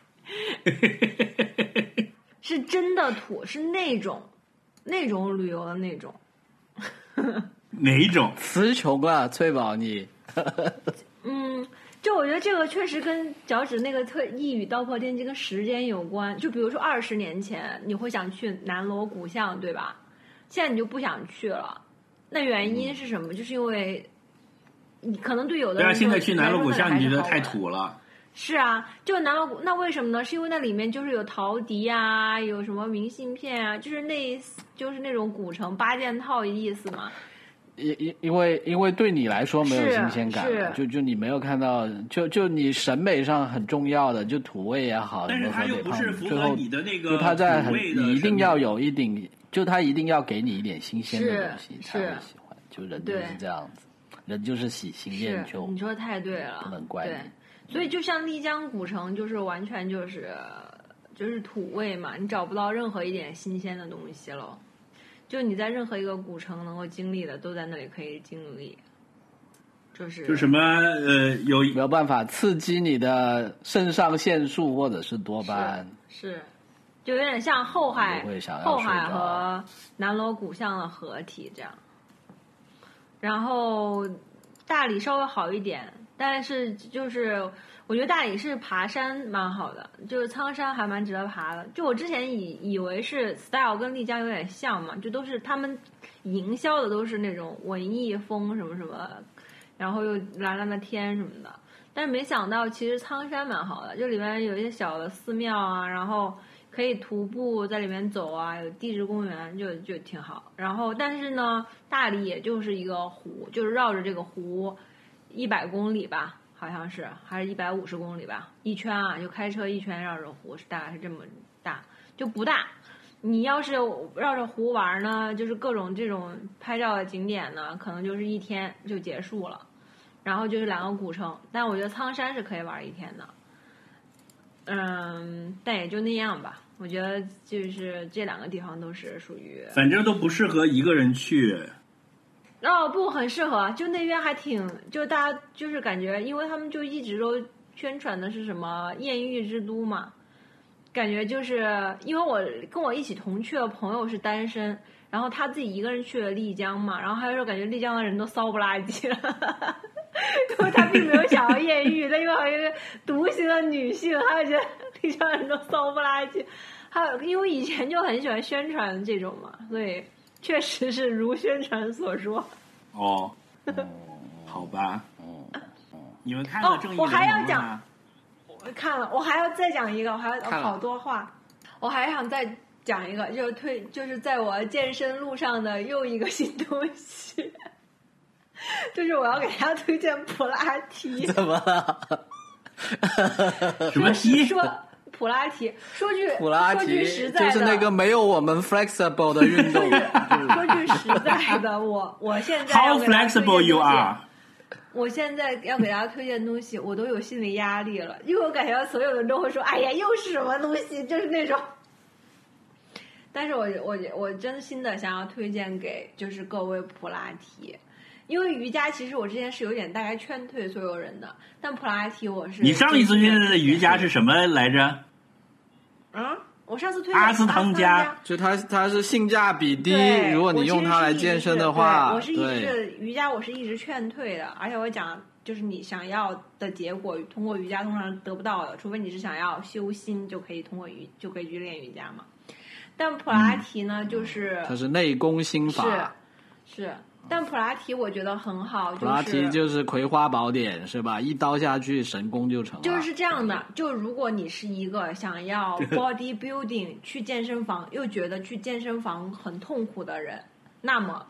是真的土，是那种那种旅游的那种。 哪一种？ 词穷了，翠宝你。 嗯。就我觉得这个确实跟脚趾那个特一语道破天机跟时间有关。就比如说二十年前你会想去南锣鼓巷，对吧？现在你就不想去了，那原因是什么？嗯、就是因为你可能对有的人对啊，现在去南锣鼓巷你觉得太土了。 是啊，就南锣鼓，那为什么呢？是因为那里面就是有陶笛啊，有什么明信片啊，就是那就是那种古城八件套意思嘛。 因因因为因为对你来说没有新鲜感，就就你没有看到，就就你审美上很重要的，就土味也好， 但是它又不是符合你的那个就它在很你一定要有一定，就它一定要给你一点新鲜的东西才会喜欢，就人就是这样子，人就是喜新厌旧。 你说的太对了， 不能怪你。 对，所以就像丽江古城，就是完全就是就是土味嘛，你找不到任何一点新鲜的东西了。就你在任何一个古城能够经历的，都在那里可以经历，就是就什么呃，有没有办法刺激你的肾上腺素或者是多巴胺， 是，是就有点像后海后海和南锣鼓巷的合体这样。然后大理稍微好一点，但是就是我觉得大理是爬山蛮好的，就是苍山还蛮值得爬的。就我之前以以为是 style 跟丽江有点像嘛，就都是他们营销的都是那种文艺风什么什么，然后又蓝蓝的天什么的。但是没想到其实苍山蛮好的，就里面有一些小的寺庙啊，然后可以徒步在里面走啊，有地质公园，就就挺好。然后但是呢，大理也就是一个湖，就是绕着这个湖一百公里吧。好像是还是一百五十公里吧，一圈啊，就开车一圈绕着湖，是大概是这么大，就不大。你要是绕着湖玩呢，就是各种这种拍照的景点呢，可能就是一天就结束了。然后就是两个古城，但我觉得苍山是可以玩一天的。嗯，但也就那样吧。我觉得就是这两个地方都是属于， 反正都不适合一个人去。 哦，不，很适合，就那边还挺，就大家就是感觉，因为他们就一直都宣传的是什么艳遇之都嘛，感觉就是因为我跟我一起同去的朋友是单身，然后他自己一个人去了丽江嘛，然后他就说感觉丽江的人都骚不拉几了，因为他并没有想要艳遇，他因为好像是独行的女性，他就觉得丽江人都骚不拉几，还有因为以前就很喜欢宣传这种嘛，所以。确实是如宣传所说。 哦，好吧。哦，你们看了《正义联盟》吗？ 我还要讲，我看了，我还要再讲一个，我还有好多话，我还想再讲一个，就是推，就是在我健身路上的又一个新东西，就是我要给大家推荐普拉提。 怎么了？ 什么提？ 说。普拉提，说句普拉提说句实在的， 就是那个没有我们 flexible 的运动。 说句实在的，我我现在 How flexible you are？ 我现在要给大家推荐东西，我都有心理压力了，因为我感觉所有人都会说：“哎呀，又是什么东西？”就是那种。但是我我我真心的想要推荐给就是各位普拉提。因为瑜伽其实我之前是有点大概劝退所有人的，但普拉提我是。 你上一次推荐的瑜伽是什么来着？ 嗯，我上次推荐阿斯汤加， 就它它是性价比低，如果你用它来健身的话， 我是一直瑜伽我是一直劝退的，而且我讲就是你想要的结果通过瑜伽通常得不到的，除非你是想要修心，就可以通过瑜就可以去练瑜伽嘛。但普拉提呢， 嗯、 就是它是内功心法， 是是。但普拉提我觉得很好，就是、 普拉提就是葵花宝典是吧？一刀下去神功就成了。 就是这样的，就如果你是一个想要 body building 去健身房，又觉得去健身房很痛苦的人，那么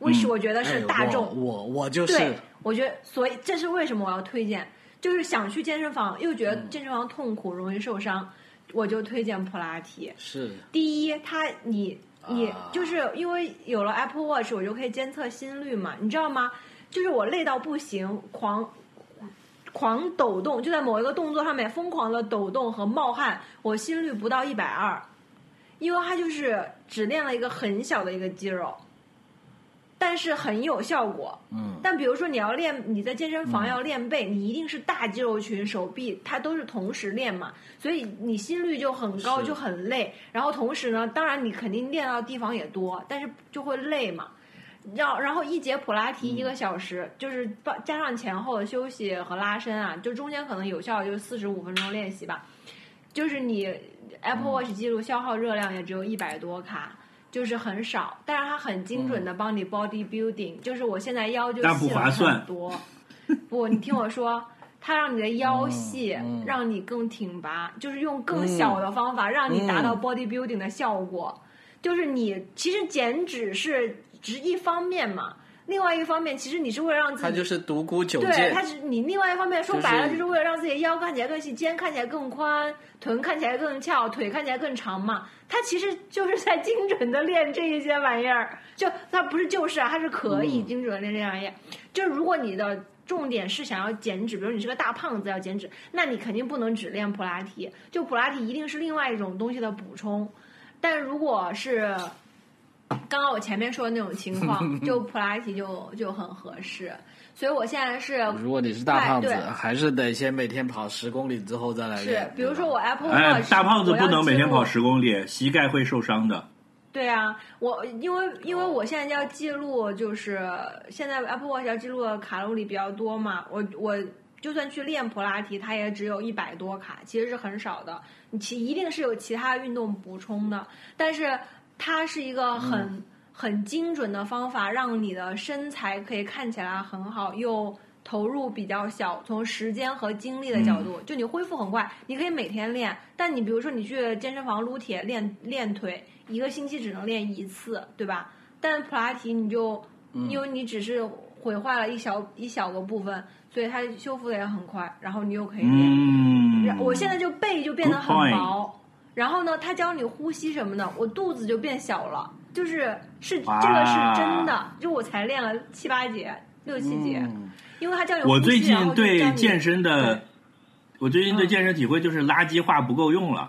为是我觉得是大众。 哎、我我我就是对，我觉得所以这是为什么我要推荐，就是想去健身房又觉得健身房痛苦、容易受伤，我就推荐普拉提。 是第一，它你你、 啊、 就是因为有了 Apple Watch， 我就可以监测心率嘛，你知道吗？就是我累到不行，狂狂抖动，就在某一个动作上面疯狂的抖动和冒汗，我心率不到一百二，因为它就是只练了一个很小的一个肌肉，但是很有效果。 嗯， 但比如说你要练，你在健身房要练背，嗯、你一定是大肌肉群，手臂它都是同时练嘛，所以你心率就很高，就很累。然后同时呢，当然你肯定练到的地方也多，但是就会累嘛。然然后一节普拉提一个小时，嗯、就是加上前后的休息和拉伸啊，就中间可能有效就是四十五分钟练习吧。就是你 Apple Watch 记录消耗热量也只有一百多卡。就是很少，但是它很精准的帮你 body building，、嗯、就是我现在腰就细了很多。不, 不，你听我说，它让你的腰细，嗯嗯、让你更挺拔，就是用更小的方法、嗯、让你达到 body building 的效果。嗯、就是你其实减脂是只一方面嘛。另外一方面，其实你是为了让自己， 它就是独孤九剑。 对，它是你另外一方面说白了，就是为了让自己的腰看起来更细，肩看起来更宽，臀看起来更翘，腿看起来更长嘛。它其实就是在精准的练这一些玩意儿，就它不是就是啊，它是可以精准的练这玩意儿。嗯、就是如果你的重点是想要减脂，比如你是个大胖子要减脂，那你肯定不能只练普拉提，就普拉提一定是另外一种东西的补充。但如果是刚刚我前面说的那种情况，就普拉提就就很合适，所以我现在是， 如果你是大胖子，还是得先每天跑十公里之后再来练。 是，比如说我 Apple Watch， 哎，大胖子不能每天跑十公里，膝盖会受伤的。 对啊，我因为因为我现在要记录，就是现在 Apple Watch 要记录的卡路里比较多嘛，我我就算去练普拉提，它也只有一百多卡，其实是很少的。你其一定是有其他运动补充的，但是它是一个很、嗯、很精准的方法，让你的身材可以看起来很好，又投入比较小。从时间和精力的角度，嗯、就你恢复很快，你可以每天练。但你比如说你去健身房撸铁练练腿，一个星期只能练一次，对吧？但普拉提你就、嗯、因为你只是毁坏了一小一小个部分，所以它修复的也很快，然后你又可以练。 嗯、 我现在就背就变得很薄。然后呢，他教你呼吸什么的，我肚子就变小了，就是是这个是真的，就我才练了七八节、六七节，嗯、因为他教你呼吸。 我最近对健身的，我最近对健身体会就是垃圾话不够用了。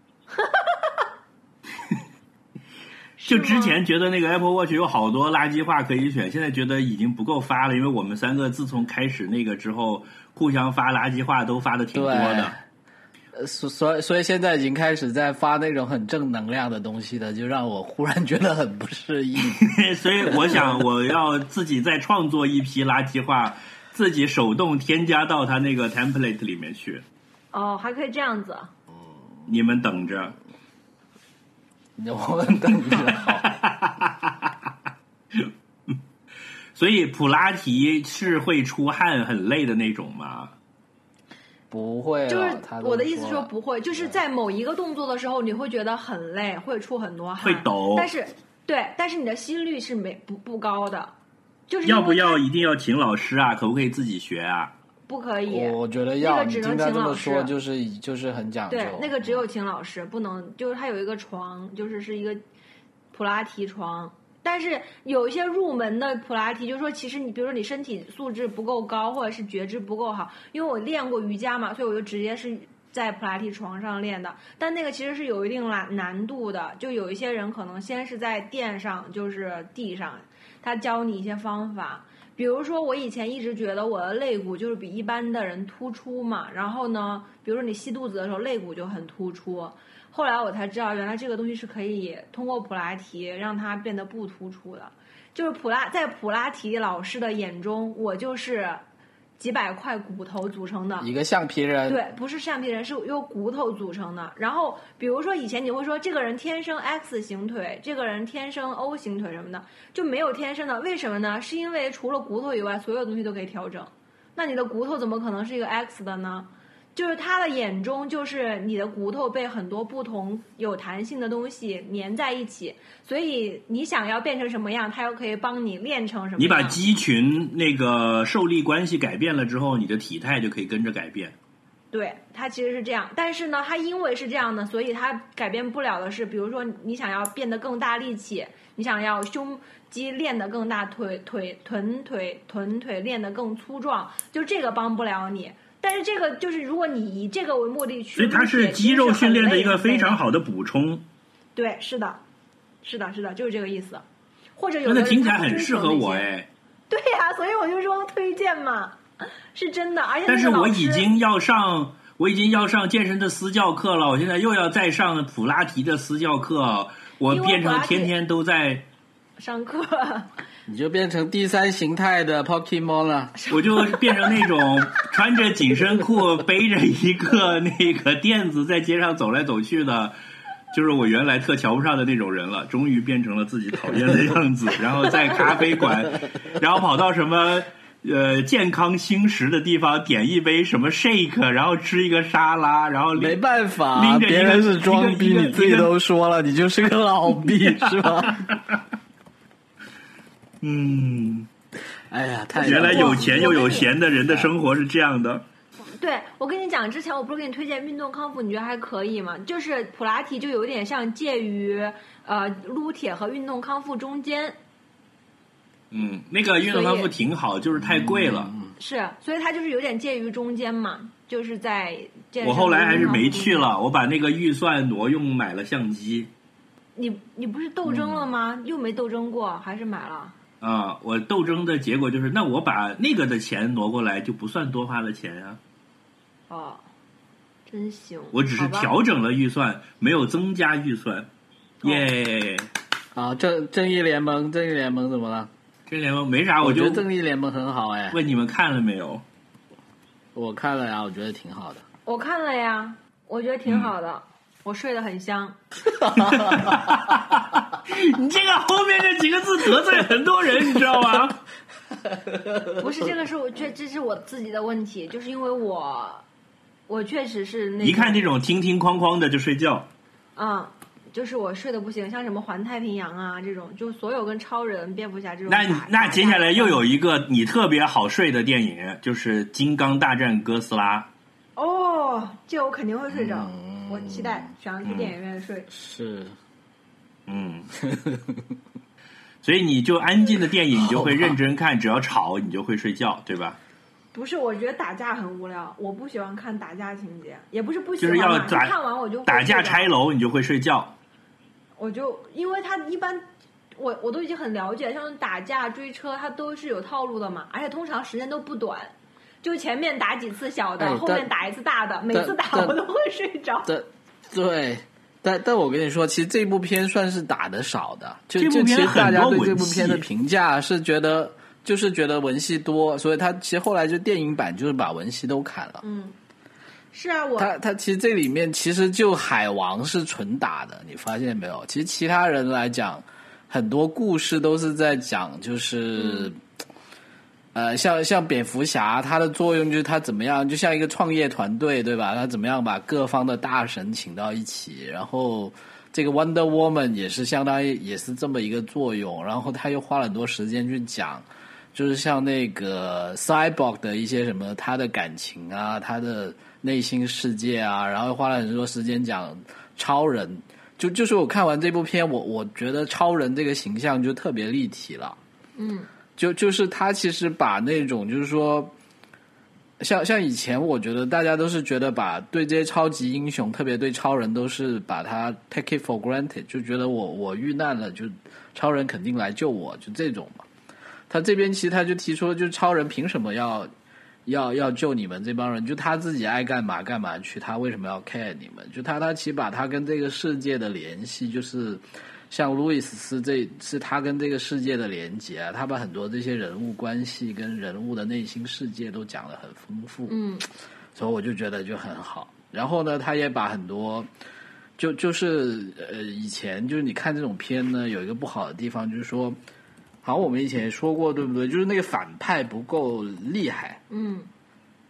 就之前觉得那个 Apple Watch 有好多垃圾话可以选，现在觉得已经不够发了，因为我们三个自从开始那个之后，互相发垃圾话都发的挺多的。 所所以所以现在已经开始在发那种很正能量的东西了，就让我忽然觉得很不适应。 所以我想我要自己再创作一批垃圾话，自己手动添加到它那个 template 里面去。 哦，还可以这样子。 你们等着。 我们等着。 所以普拉提是会出汗很累的那种吗？ 不会， 就是我的意思说不会，就是在某一个动作的时候，你会觉得很累，会出很多汗， 会抖， 但是对，但是你的心率是没不不高的，就是要不要一定要请老师啊？可不可以自己学啊？ 不可以， 我觉得要， 那个只能请老师。 你听他这么说，就是就是很讲究。 对，那个只有请老师，不能就是他有一个床，就是是一个普拉提床。但是有一些入门的普拉提，就是说，其实你比如说你身体素质不够高，或者是觉知不够好，因为我练过瑜伽嘛，所以我就直接是在普拉提床上练的。但那个其实是有一定难难度的，就有一些人可能先是在垫上，就是地上，他教你一些方法。比如说我以前一直觉得我的肋骨就是比一般的人突出嘛，然后呢，比如说你吸肚子的时候肋骨就很突出。后来我才知道，原来这个东西是可以通过普拉提让它变得不突出的。就是普拉在普拉提老师的眼中，我就是几百块骨头组成的一个橡皮人。 对，不是橡皮人，是由骨头组成的。然后比如说以前你会说这个人天生 X 型腿，这个人天生 O 型腿什么的，就没有天生的。为什么呢？是因为除了骨头以外，所有东西都可以调整。那你的骨头怎么可能是一个 X 的呢？ 就是他的眼中就是你的骨头被很多不同有弹性的东西粘在一起，所以你想要变成什么样，他又可以帮你练成什么样。 你把肌群那个受力关系改变了之后，你的体态就可以跟着改变。 对，它其实是这样，但是呢，它因为是这样的，所以它改变不了的是，比如说你想要变得更大力气，你想要胸肌练得更大，腿腿臀腿臀腿练得更粗壮，就这个帮不了你。但是这个就是如果你以这个为目的去， 所以它是肌肉训练的一个非常好的补充。 对，是的，是的，是的，就是这个意思。或者有的人那听起来很适合我哎。 对呀、啊，所以我就说推荐嘛，是真的。而且但是我已经要上，我已经要上健身的私教课了，我现在又要再上普拉提的私教课，我变成天天都在上课。 你就变成第三形态的 Pokemon 了， 我就变成那种穿着紧身裤背着一个那个垫子在街上走来走去的，就是我原来特瞧不上的那种人了，终于变成了自己讨厌的样子。然后在咖啡馆，然后跑到什么呃健康轻食的地方点一杯什么 shake， 然后吃一个沙拉，然后没办法，别人是装逼，你自己都说了，你就是个老逼是吧？ 嗯， 哎呀，太原来有钱又有闲的人的生活是这样的。 对，我跟你讲，之前我不是给你推荐运动康复，你觉得还可以吗？就是普拉提就有点像介于呃撸铁和运动康复中间。 嗯，那个运动康复挺好，就是太贵了。 嗯、 是，所以它就是有点介于中间嘛，就是在健身。 我后来还是没去了，我把那个预算挪用买了相机。 你你不是斗争了吗？嗯、又没斗争过，还是买了？ 啊，我斗争的结果就是，那我把那个的钱挪过来，就不算多花的钱啊。 哦，真行！ 我只是调整了预算，没有增加预算。耶！ 啊，正正义联盟，正义联盟怎么了？ 正义联盟没啥， 我就觉得正义联盟很好哎。 问你们看了没有？ 我看了呀，我觉得挺好的。 我看了呀，我觉得挺好的。嗯，我睡得很香。 你这个后面这几个字得罪很多人，你知道吗？ 不是，这个是我这这是我自己的问题，就是因为我我确实是那一看这种听听哐哐的就睡觉。 嗯，就是我睡得不行，像什么环太平洋啊这种，就所有跟超人、蝙蝠侠这种。 那那接下来又有一个你特别好睡的电影，就是《金刚大战哥斯拉》。 哦，这我肯定会睡着。嗯，我期待想要去电影院睡。 嗯、是， 嗯，所以你就安静的电影你就会认真看，只要吵你就会睡觉，对吧？ 不是，我觉得打架很无聊，我不喜欢看打架情节，也不是不喜欢， 就是要打看完我就打架拆楼你就会睡觉。 我就因为他一般，我我都已经很了解，像打架追车，它都是有套路的嘛，而且通常时间都不短。就前面打几次小的， 哎、 后面打一次大的，每次打我都会睡着。 对，对，但但我跟你说，其实这部片算是打的少的，就这部片就其实大家对这很多文戏部片的评价是觉得，就是觉得文戏多，所以他其实后来就电影版就是把文戏都砍了。 嗯，是啊，我他他其实这里面其实就海王是纯打的，你发现没有？其实其他人来讲，很多故事都是在讲，就是。嗯呃，像像蝙蝠侠，他的作用就是他怎么样，就像一个创业团队，对吧？他怎么样把各方的大神请到一起，然后这个 Wonder Woman 也是相当于也是这么一个作用，然后他又花了很多时间去讲，就是像那个 Cyborg 的一些什么他的感情啊，他的内心世界啊，然后花了很多时间讲超人，就就是我看完这部片，我我觉得超人这个形象就特别立体了， 嗯。 就就是他其实把那种就是说，像像以前我觉得大家都是觉得把对这些超级英雄，特别对超人都是把他 take it for granted， 就觉得我我遇难了，就超人肯定来救我，就这种嘛。他这边其实他就提出了，就超人凭什么要要要救你们这帮人？就他自己爱干嘛干嘛去，他为什么要 care 你们？就他他其实把他跟这个世界的联系，就是。像路易斯是这是他跟这个世界的连结啊，他把很多这些人物关系跟人物的内心世界都讲得很丰富， 嗯， 所以我就觉得就很好。然后呢，他也把很多就就是呃以前就是你看这种片呢，有一个不好的地方就是说，好像我们以前也说过对不对？就是那个反派不够厉害， 嗯，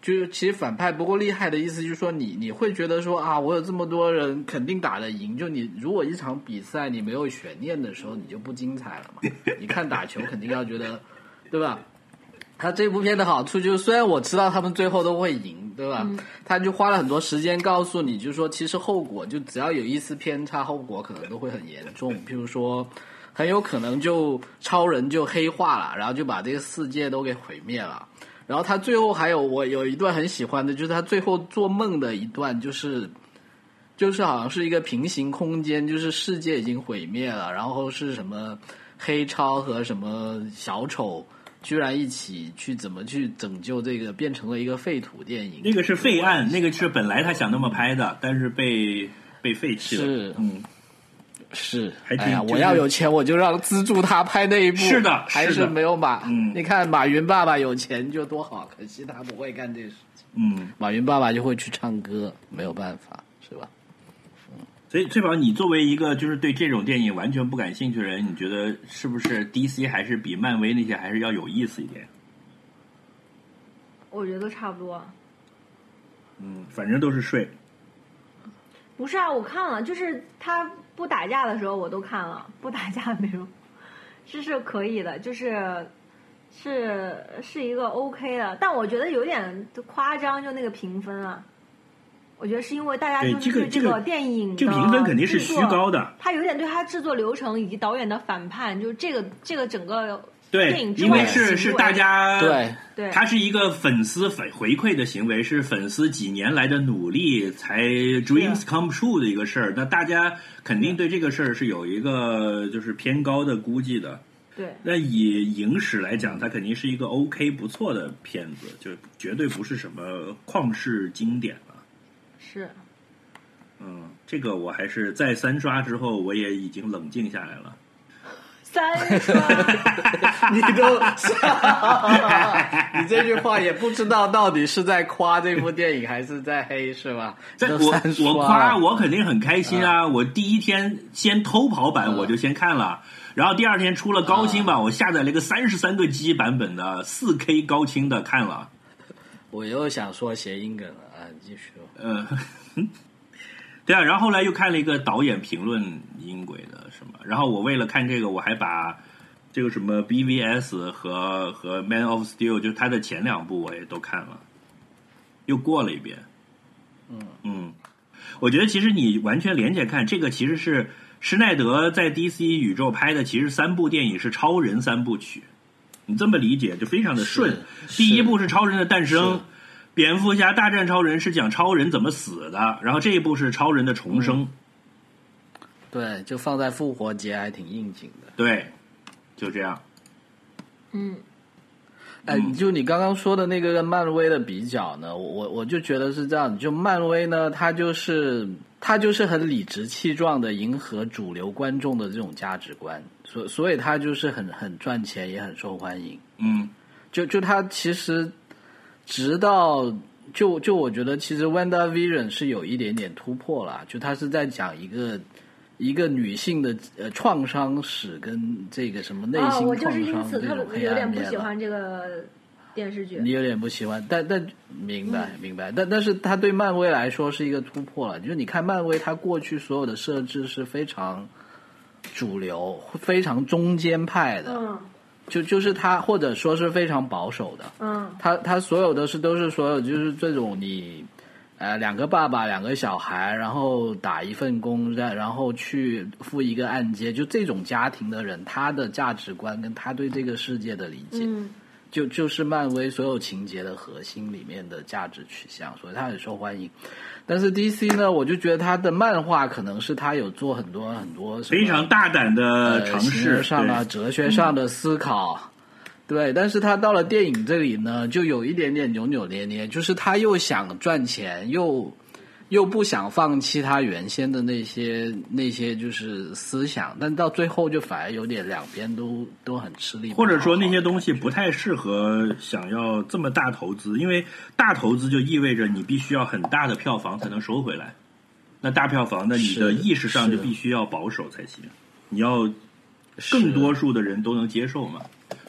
就是其实反派不够厉害的意思，就是说你你会觉得说啊，我有这么多人肯定打得赢。就你如果一场比赛你没有悬念的时候，你就不精彩了嘛。你看打球肯定要觉得，对吧？他这部片的好处就是，虽然我知道他们最后都会赢，对吧？嗯、他就花了很多时间告诉你，就是说其实后果就只要有一丝偏差，后果可能都会很严重。譬如说，很有可能就超人就黑化了，然后就把这个世界都给毁灭了。然后他最后还有我有一段很喜欢的，就是他最后做梦的一段，就是就是好像是一个平行空间，就是世界已经毁灭了，然后是什么黑超和什么小丑居然一起去怎么去拯救这个，变成了一个废土电影。 那个是废案，那个是本来他想那么拍的，但是被被废弃了。 是， 嗯。 是， 还哎呀，我要有钱我就让资助他拍那一部。 是的， 还是没有马。 嗯， 你看马云爸爸有钱就多好，可惜他不会干这事情。 嗯， 马云爸爸就会去唱歌，没有办法，是吧？ 嗯，所以翠宝，你作为一个就是对这种电影完全不感兴趣的人，你觉得是不是 D C 还是比漫威那些还是要有意思一点？ 我觉得都差不多。 嗯，反正都是睡。 不是啊，我看了，就是他不打架的时候我都看了，不打架没有，这是可以的，就是是是一个 OK 的，但我觉得有点夸张，就那个评分啊，我觉得是因为大家就是对这个电影的这个评分肯定是虚高的， 他有点对他制作流程以及导演的反叛，就是这个这个整个电影对，因为是是大家对对， 它是一个粉丝反回馈的行为，是粉丝几年来的努力才 dreams come true 的一个事儿。那大家肯定对这个事儿是有一个就是偏高的估计的。 对， 那以影史来讲，它肯定是一个 OK 不错的片子，就绝对不是什么旷世经典了。 是， 嗯，这个我还是在三刷之后，我也已经冷静下来了。 三刷， 你都，你这句话也不知道到底是在夸这部电影还是在黑，是吧？ 我我夸我肯定很开心啊！嗯、我第一天先偷跑版我就先看了，嗯、然后第二天出了高清版，嗯、我下载了一个三十三个 G 版本的四 K 高清的看了。 我又想说谐音梗了啊，继续说。 嗯。对啊，然后后来又看了一个导演评论音轨的什么，然后我为了看这个，我还把这个什么 B V S 和和 Man of Steel 就是他的前两部我也都看了，又过了一遍。 嗯嗯，我觉得其实你完全连起来看，这个其实是施耐德在 D C 宇宙拍的，其实三部电影是超人三部曲，你这么理解就非常的顺。第一部是超人的诞生。蝙蝠侠大战超人是讲超人怎么死的，然后这一部是超人的重生。嗯、 对，就放在复活节还挺应景的。 对，就这样。 嗯， 哎，就你刚刚说的那个跟漫威的比较呢，我我就觉得是这样，就漫威呢，它就是它就是很理直气壮的迎合主流观众的这种价值观，所所以它就是很很赚钱，也很受欢迎。 嗯， 就就它其实。直到就就我觉得其实 WandaVision 是有一点点突破了，就他是在讲一个一个女性的呃创伤史跟这个什么内心创伤、啊、我就是因此特别有点不喜欢这个电视剧。 你有点不喜欢，但但明白、嗯、明白，但但是他对漫威来说是一个突破了。就是你看漫威，他过去所有的设置是非常主流、非常中间派的。 嗯。 就就是他，或者说是非常保守的， 嗯， 他他所有的是都是所有就是这种你，呃，两个爸爸两个小孩，然后打一份工，然后去付一个按揭，就这种家庭的人，他的价值观跟他对这个世界的理解， 嗯， 就就是漫威所有情节的核心里面的价值取向，所以他很受欢迎。但是 D C 呢，我就觉得他的漫画可能是他有做很多很多非常大胆的尝试、 呃、上啊哲学上的思考、嗯，对。但是他到了电影这里呢，就有一点点扭扭捏捏，就是他又想赚钱，又又不想放弃他原先的那些那些就是思想，但到最后就反而有点两边都都很吃力， 或者说那些东西不太适合想要这么大投资，因为大投资就意味着你必须要很大的票房才能收回来，那大票房呢，你的意识上就必须要保守才行，你要更多数的人都能接受嘛。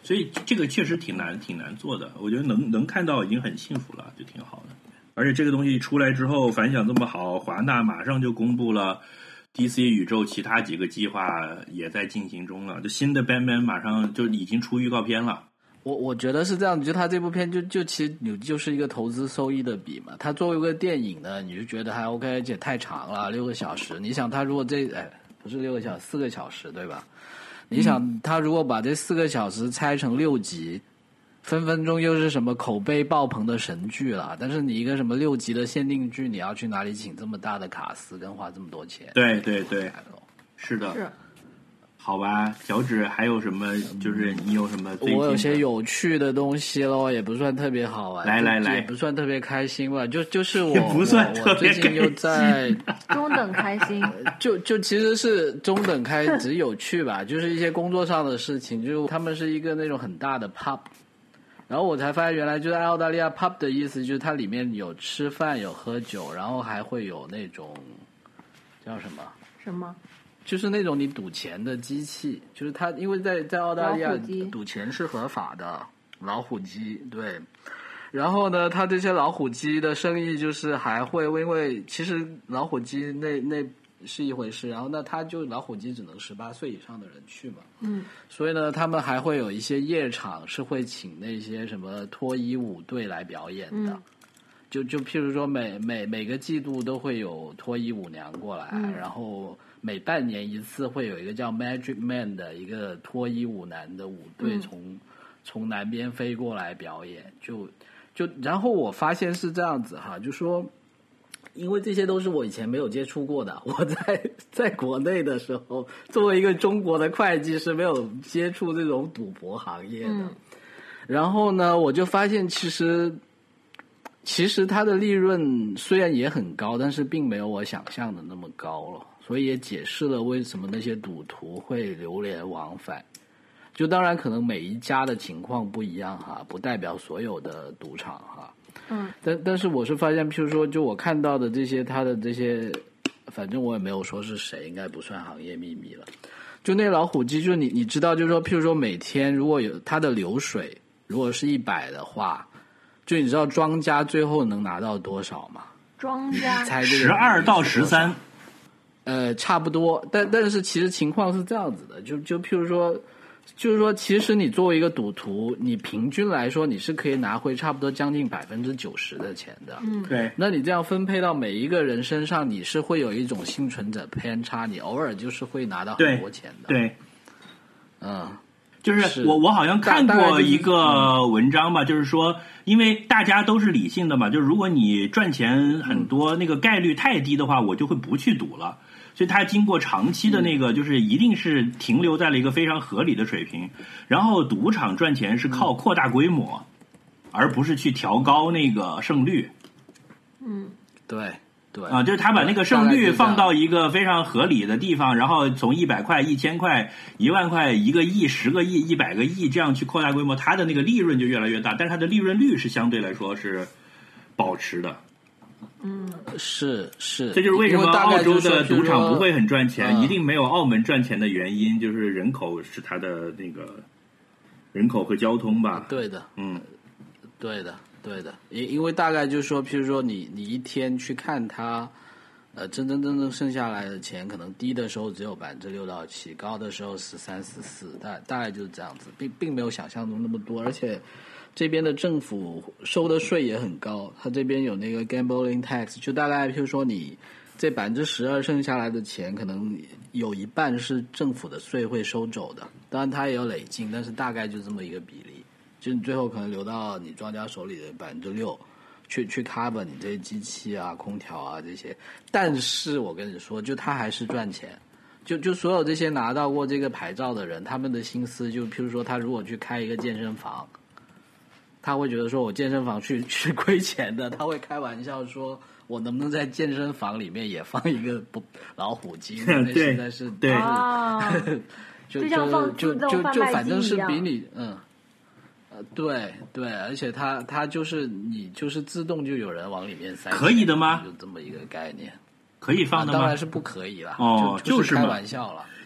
所以这个确实挺难挺难做的。我觉得能能看到已经很幸福了，就挺好的。而且这个东西出来之后反响这么好，华纳马上就公布了 D C 宇宙其他几个计划也在进行中了，就新的 Batman 马上就已经出预告片了。 我我觉得是这样，就他这部片就就其实你就是一个投资收益的比嘛。他作为一个电影呢，你就觉得还 OK， 而且太长了，六个小时。你想他如果这哎不是六个小时，四个小时对吧？你想他如果把这四个小时拆成六集，分分钟又是什么口碑爆棚的神剧了。但是你一个什么六集的限定剧，你要去哪里请这么大的卡司跟花这么多钱？ 对对对，是的。 是。 好吧，脚趾还有什么？就是你有什么最近的？ 我有些有趣的东西咯，也不算特别好玩， 来来来， 也不算特别开心吧。就就是我， 也不算特别我最近又在中等开心， 就就其实是中等开，只有趣吧。就是一些工作上的事情，就他们是一个那种很大的 pub， 然后我才发现原来就在澳大利亚 pub 的意思就是它里面有吃饭有喝酒，然后还会有那种叫什么什么？ 就是那种你赌钱的机器，就是它，因为在在澳大利亚老虎机赌钱是合法的，老虎机对。然后呢，它这些老虎机的生意就是还会，因为其实老虎机那那是一回事，然后那它就老虎机只能十八岁以上的人去嘛， 嗯， 所以呢，他们还会有一些夜场是会请那些什么脱衣舞队来表演的。 嗯就就譬如说每每每个季度都会有脱衣舞娘过来， 嗯然后每半年一次会有一个叫 Magic Man 的一个脱衣舞男的舞队从、嗯、从南边飞过来表演，就就然后我发现是这样子哈，就说因为这些都是我以前没有接触过的，我在在国内的时候作为一个中国的会计是没有接触这种赌博行业的、嗯、然后呢我就发现其实其实它的利润虽然也很高，但是并没有我想象的那么高了，所以也解释了为什么那些赌徒会流连忘返。就当然可能每一家的情况不一样哈，不代表所有的赌场哈。 嗯。 但但是我是发现，譬如说，就我看到的这些，他的这些，反正我也没有说是谁，应该不算行业秘密了。就那老虎机，就是你你知道，就是说，譬如说每天如果有它的流水，如果是一百的话。就你知道庄家最后能拿到多少吗？ 庄家猜十二到十三， 呃，差不多。但但是其实情况是这样子的，就就譬如说，就是说，其实你作为一个赌徒，你平均来说你是可以拿回差不多将近百分之九十的钱的。 嗯， 对。 那你这样分配到每一个人身上，你是会有一种幸存者偏差，你偶尔就是会拿到很多钱的。 对，对嗯。 就是我我好像看过一个文章吧，就是说，因为大家都是理性的嘛，就是如果你赚钱很多，那个概率太低的话，我就会不去赌了。所以它经过长期的那个，就是一定是停留在了一个非常合理的水平。然后赌场赚钱是靠扩大规模，而不是去调高那个胜率。 嗯， 对。对啊，就是他把那个胜率放到一个非常合理的地方，然后从一百块、一千块、一万块、一个亿、十个亿、一百个亿这样去扩大规模，它的那个利润就越来越大，但是它的利润率是相对来说是保持的。 嗯， 是是， 这就是为什么澳洲的赌场不会很赚钱， 嗯、 一定没有澳门赚钱的原因，就是人口是它的那个人口和交通吧。 对的， 嗯， 对的。对的，因因为大概就是说，譬如说你你一天去看它，呃，真真正正剩下来的钱，可能低的时候只有百分之六到七，高的时候十三十四，大大概就是这样子，并并没有想象中那么多，而且这边的政府收的税也很高，它这边有那个 gambling tax， 就大概譬如说你这百分之十二剩下来的钱，可能有一半是政府的税会收走的，当然它也有累进，但是大概就这么一个比例。就你最后可能留到你庄家手里的百分之六，去去 cover 你这些机器啊、空调啊这些。但是我跟你说，就他还是赚钱。就就所有这些拿到过这个牌照的人，他们的心思就，譬如说他如果去开一个健身房，他会觉得说我健身房去去亏钱的，他会开玩笑说，我能不能在健身房里面也放一个不老虎机？那实在是对， 就就像放就就就反正是比你嗯。对对，而且它它就是你就是自动就有人往里面塞， 可以的吗？ 就这么一个概念， 可以放的吗？ 啊、当然是不可以了， 哦， 就就是开玩笑了。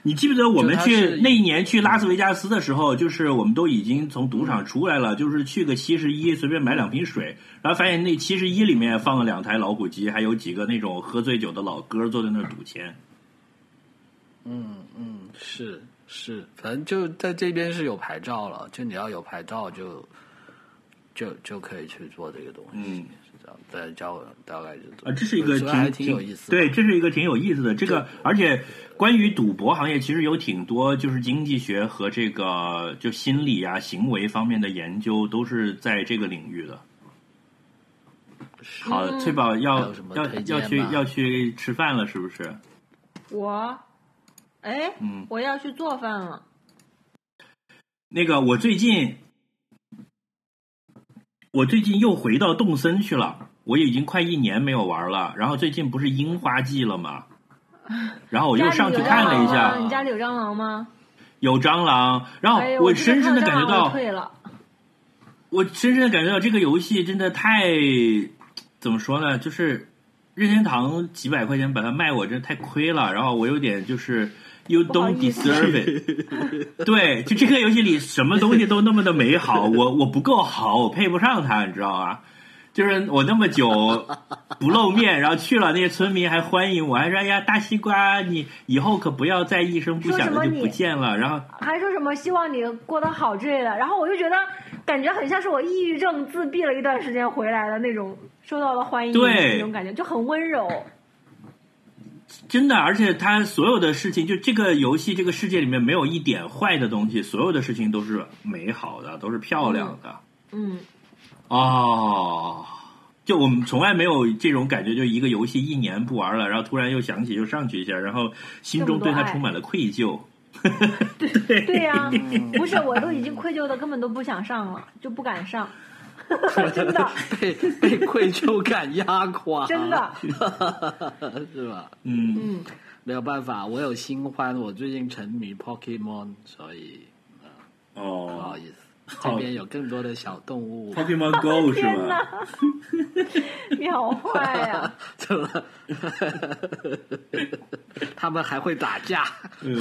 你记不记得我们去就它是那一年去拉斯维加斯的时候，就是我们都已经从赌场出来了，就是去个七十一随便买两瓶水，然后发现那七十一里面放了两台老虎机，还有几个那种喝醉酒的老哥坐在那儿赌钱。 嗯嗯，是是，反正就在这边是有牌照了，就你要有牌照就就就可以去做这个东西， 嗯是这样。再教我大概就啊，这是一个挺所以还挺有意思的。 对，这是一个挺有意思的。这个，而且关于赌博行业，其实有挺多就是经济学和这个就心理啊、行为方面的研究，都是在这个领域的。好， 嗯翠宝还要有什么要推荐吗要去要去吃饭了，是不是？ 我，哎， 嗯我要去做饭了。 那个，我最近我最近又回到动森去了，我已经快一年没有玩了。然后最近不是樱花季了吗？然后我又上去看了一下， 你家里有蟑螂吗？ 有蟑螂。然后哎我深深的感觉到， 我退了。 我深深的感觉到这个游戏真的太怎么说呢？就是任天堂几百块钱把它卖我，真的太亏了。然后我有点就是 You 不好 don't 意思 deserve it 。对，就这个游戏里什么东西都那么的美好，我我不够好，我配不上它，你知道吧？就是我那么久不露面，然后去了，那些村民还欢迎我，还说：“哎呀，大西瓜，你以后可不要再一声不响的就不见了。”然后还说什么希望你过得好之类的，然后我就觉得感觉很像是我抑郁症自闭了一段时间回来的那种受到了欢迎的对那种感觉，就很温柔。 真的，而且它所有的事情，就这个游戏这个世界里面没有一点坏的东西，所有的事情都是美好的，都是漂亮的。 嗯。 哦，就我们从来没有这种感觉，就一个游戏一年不玩了，然后突然又想起，又上去一下，然后心中对它充满了愧疚。 对对呀、啊，不是，我都已经愧疚的根本都不想上了，就不敢上，真的被被愧疚感压垮， 真的是吧？ 嗯嗯， 没有办法，我有新欢，我最近沉迷 Pokemon， 所以呃哦， 不好意思。这边有更多的小动物 ，Pokemon Go 是天吧？ 你好坏呀、 怎么？他们还会打架， 嗯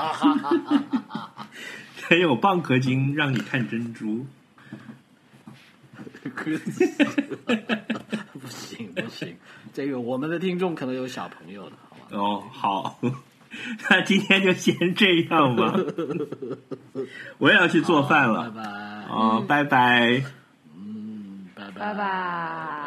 还有蚌壳精让你看珍珠。 不行不行，这个我们的听众可能有小朋友的，好吗？ 哦，好，那今天就先这样吧。我也要去做饭了。 拜拜。 哦，拜拜。 嗯，拜拜拜拜。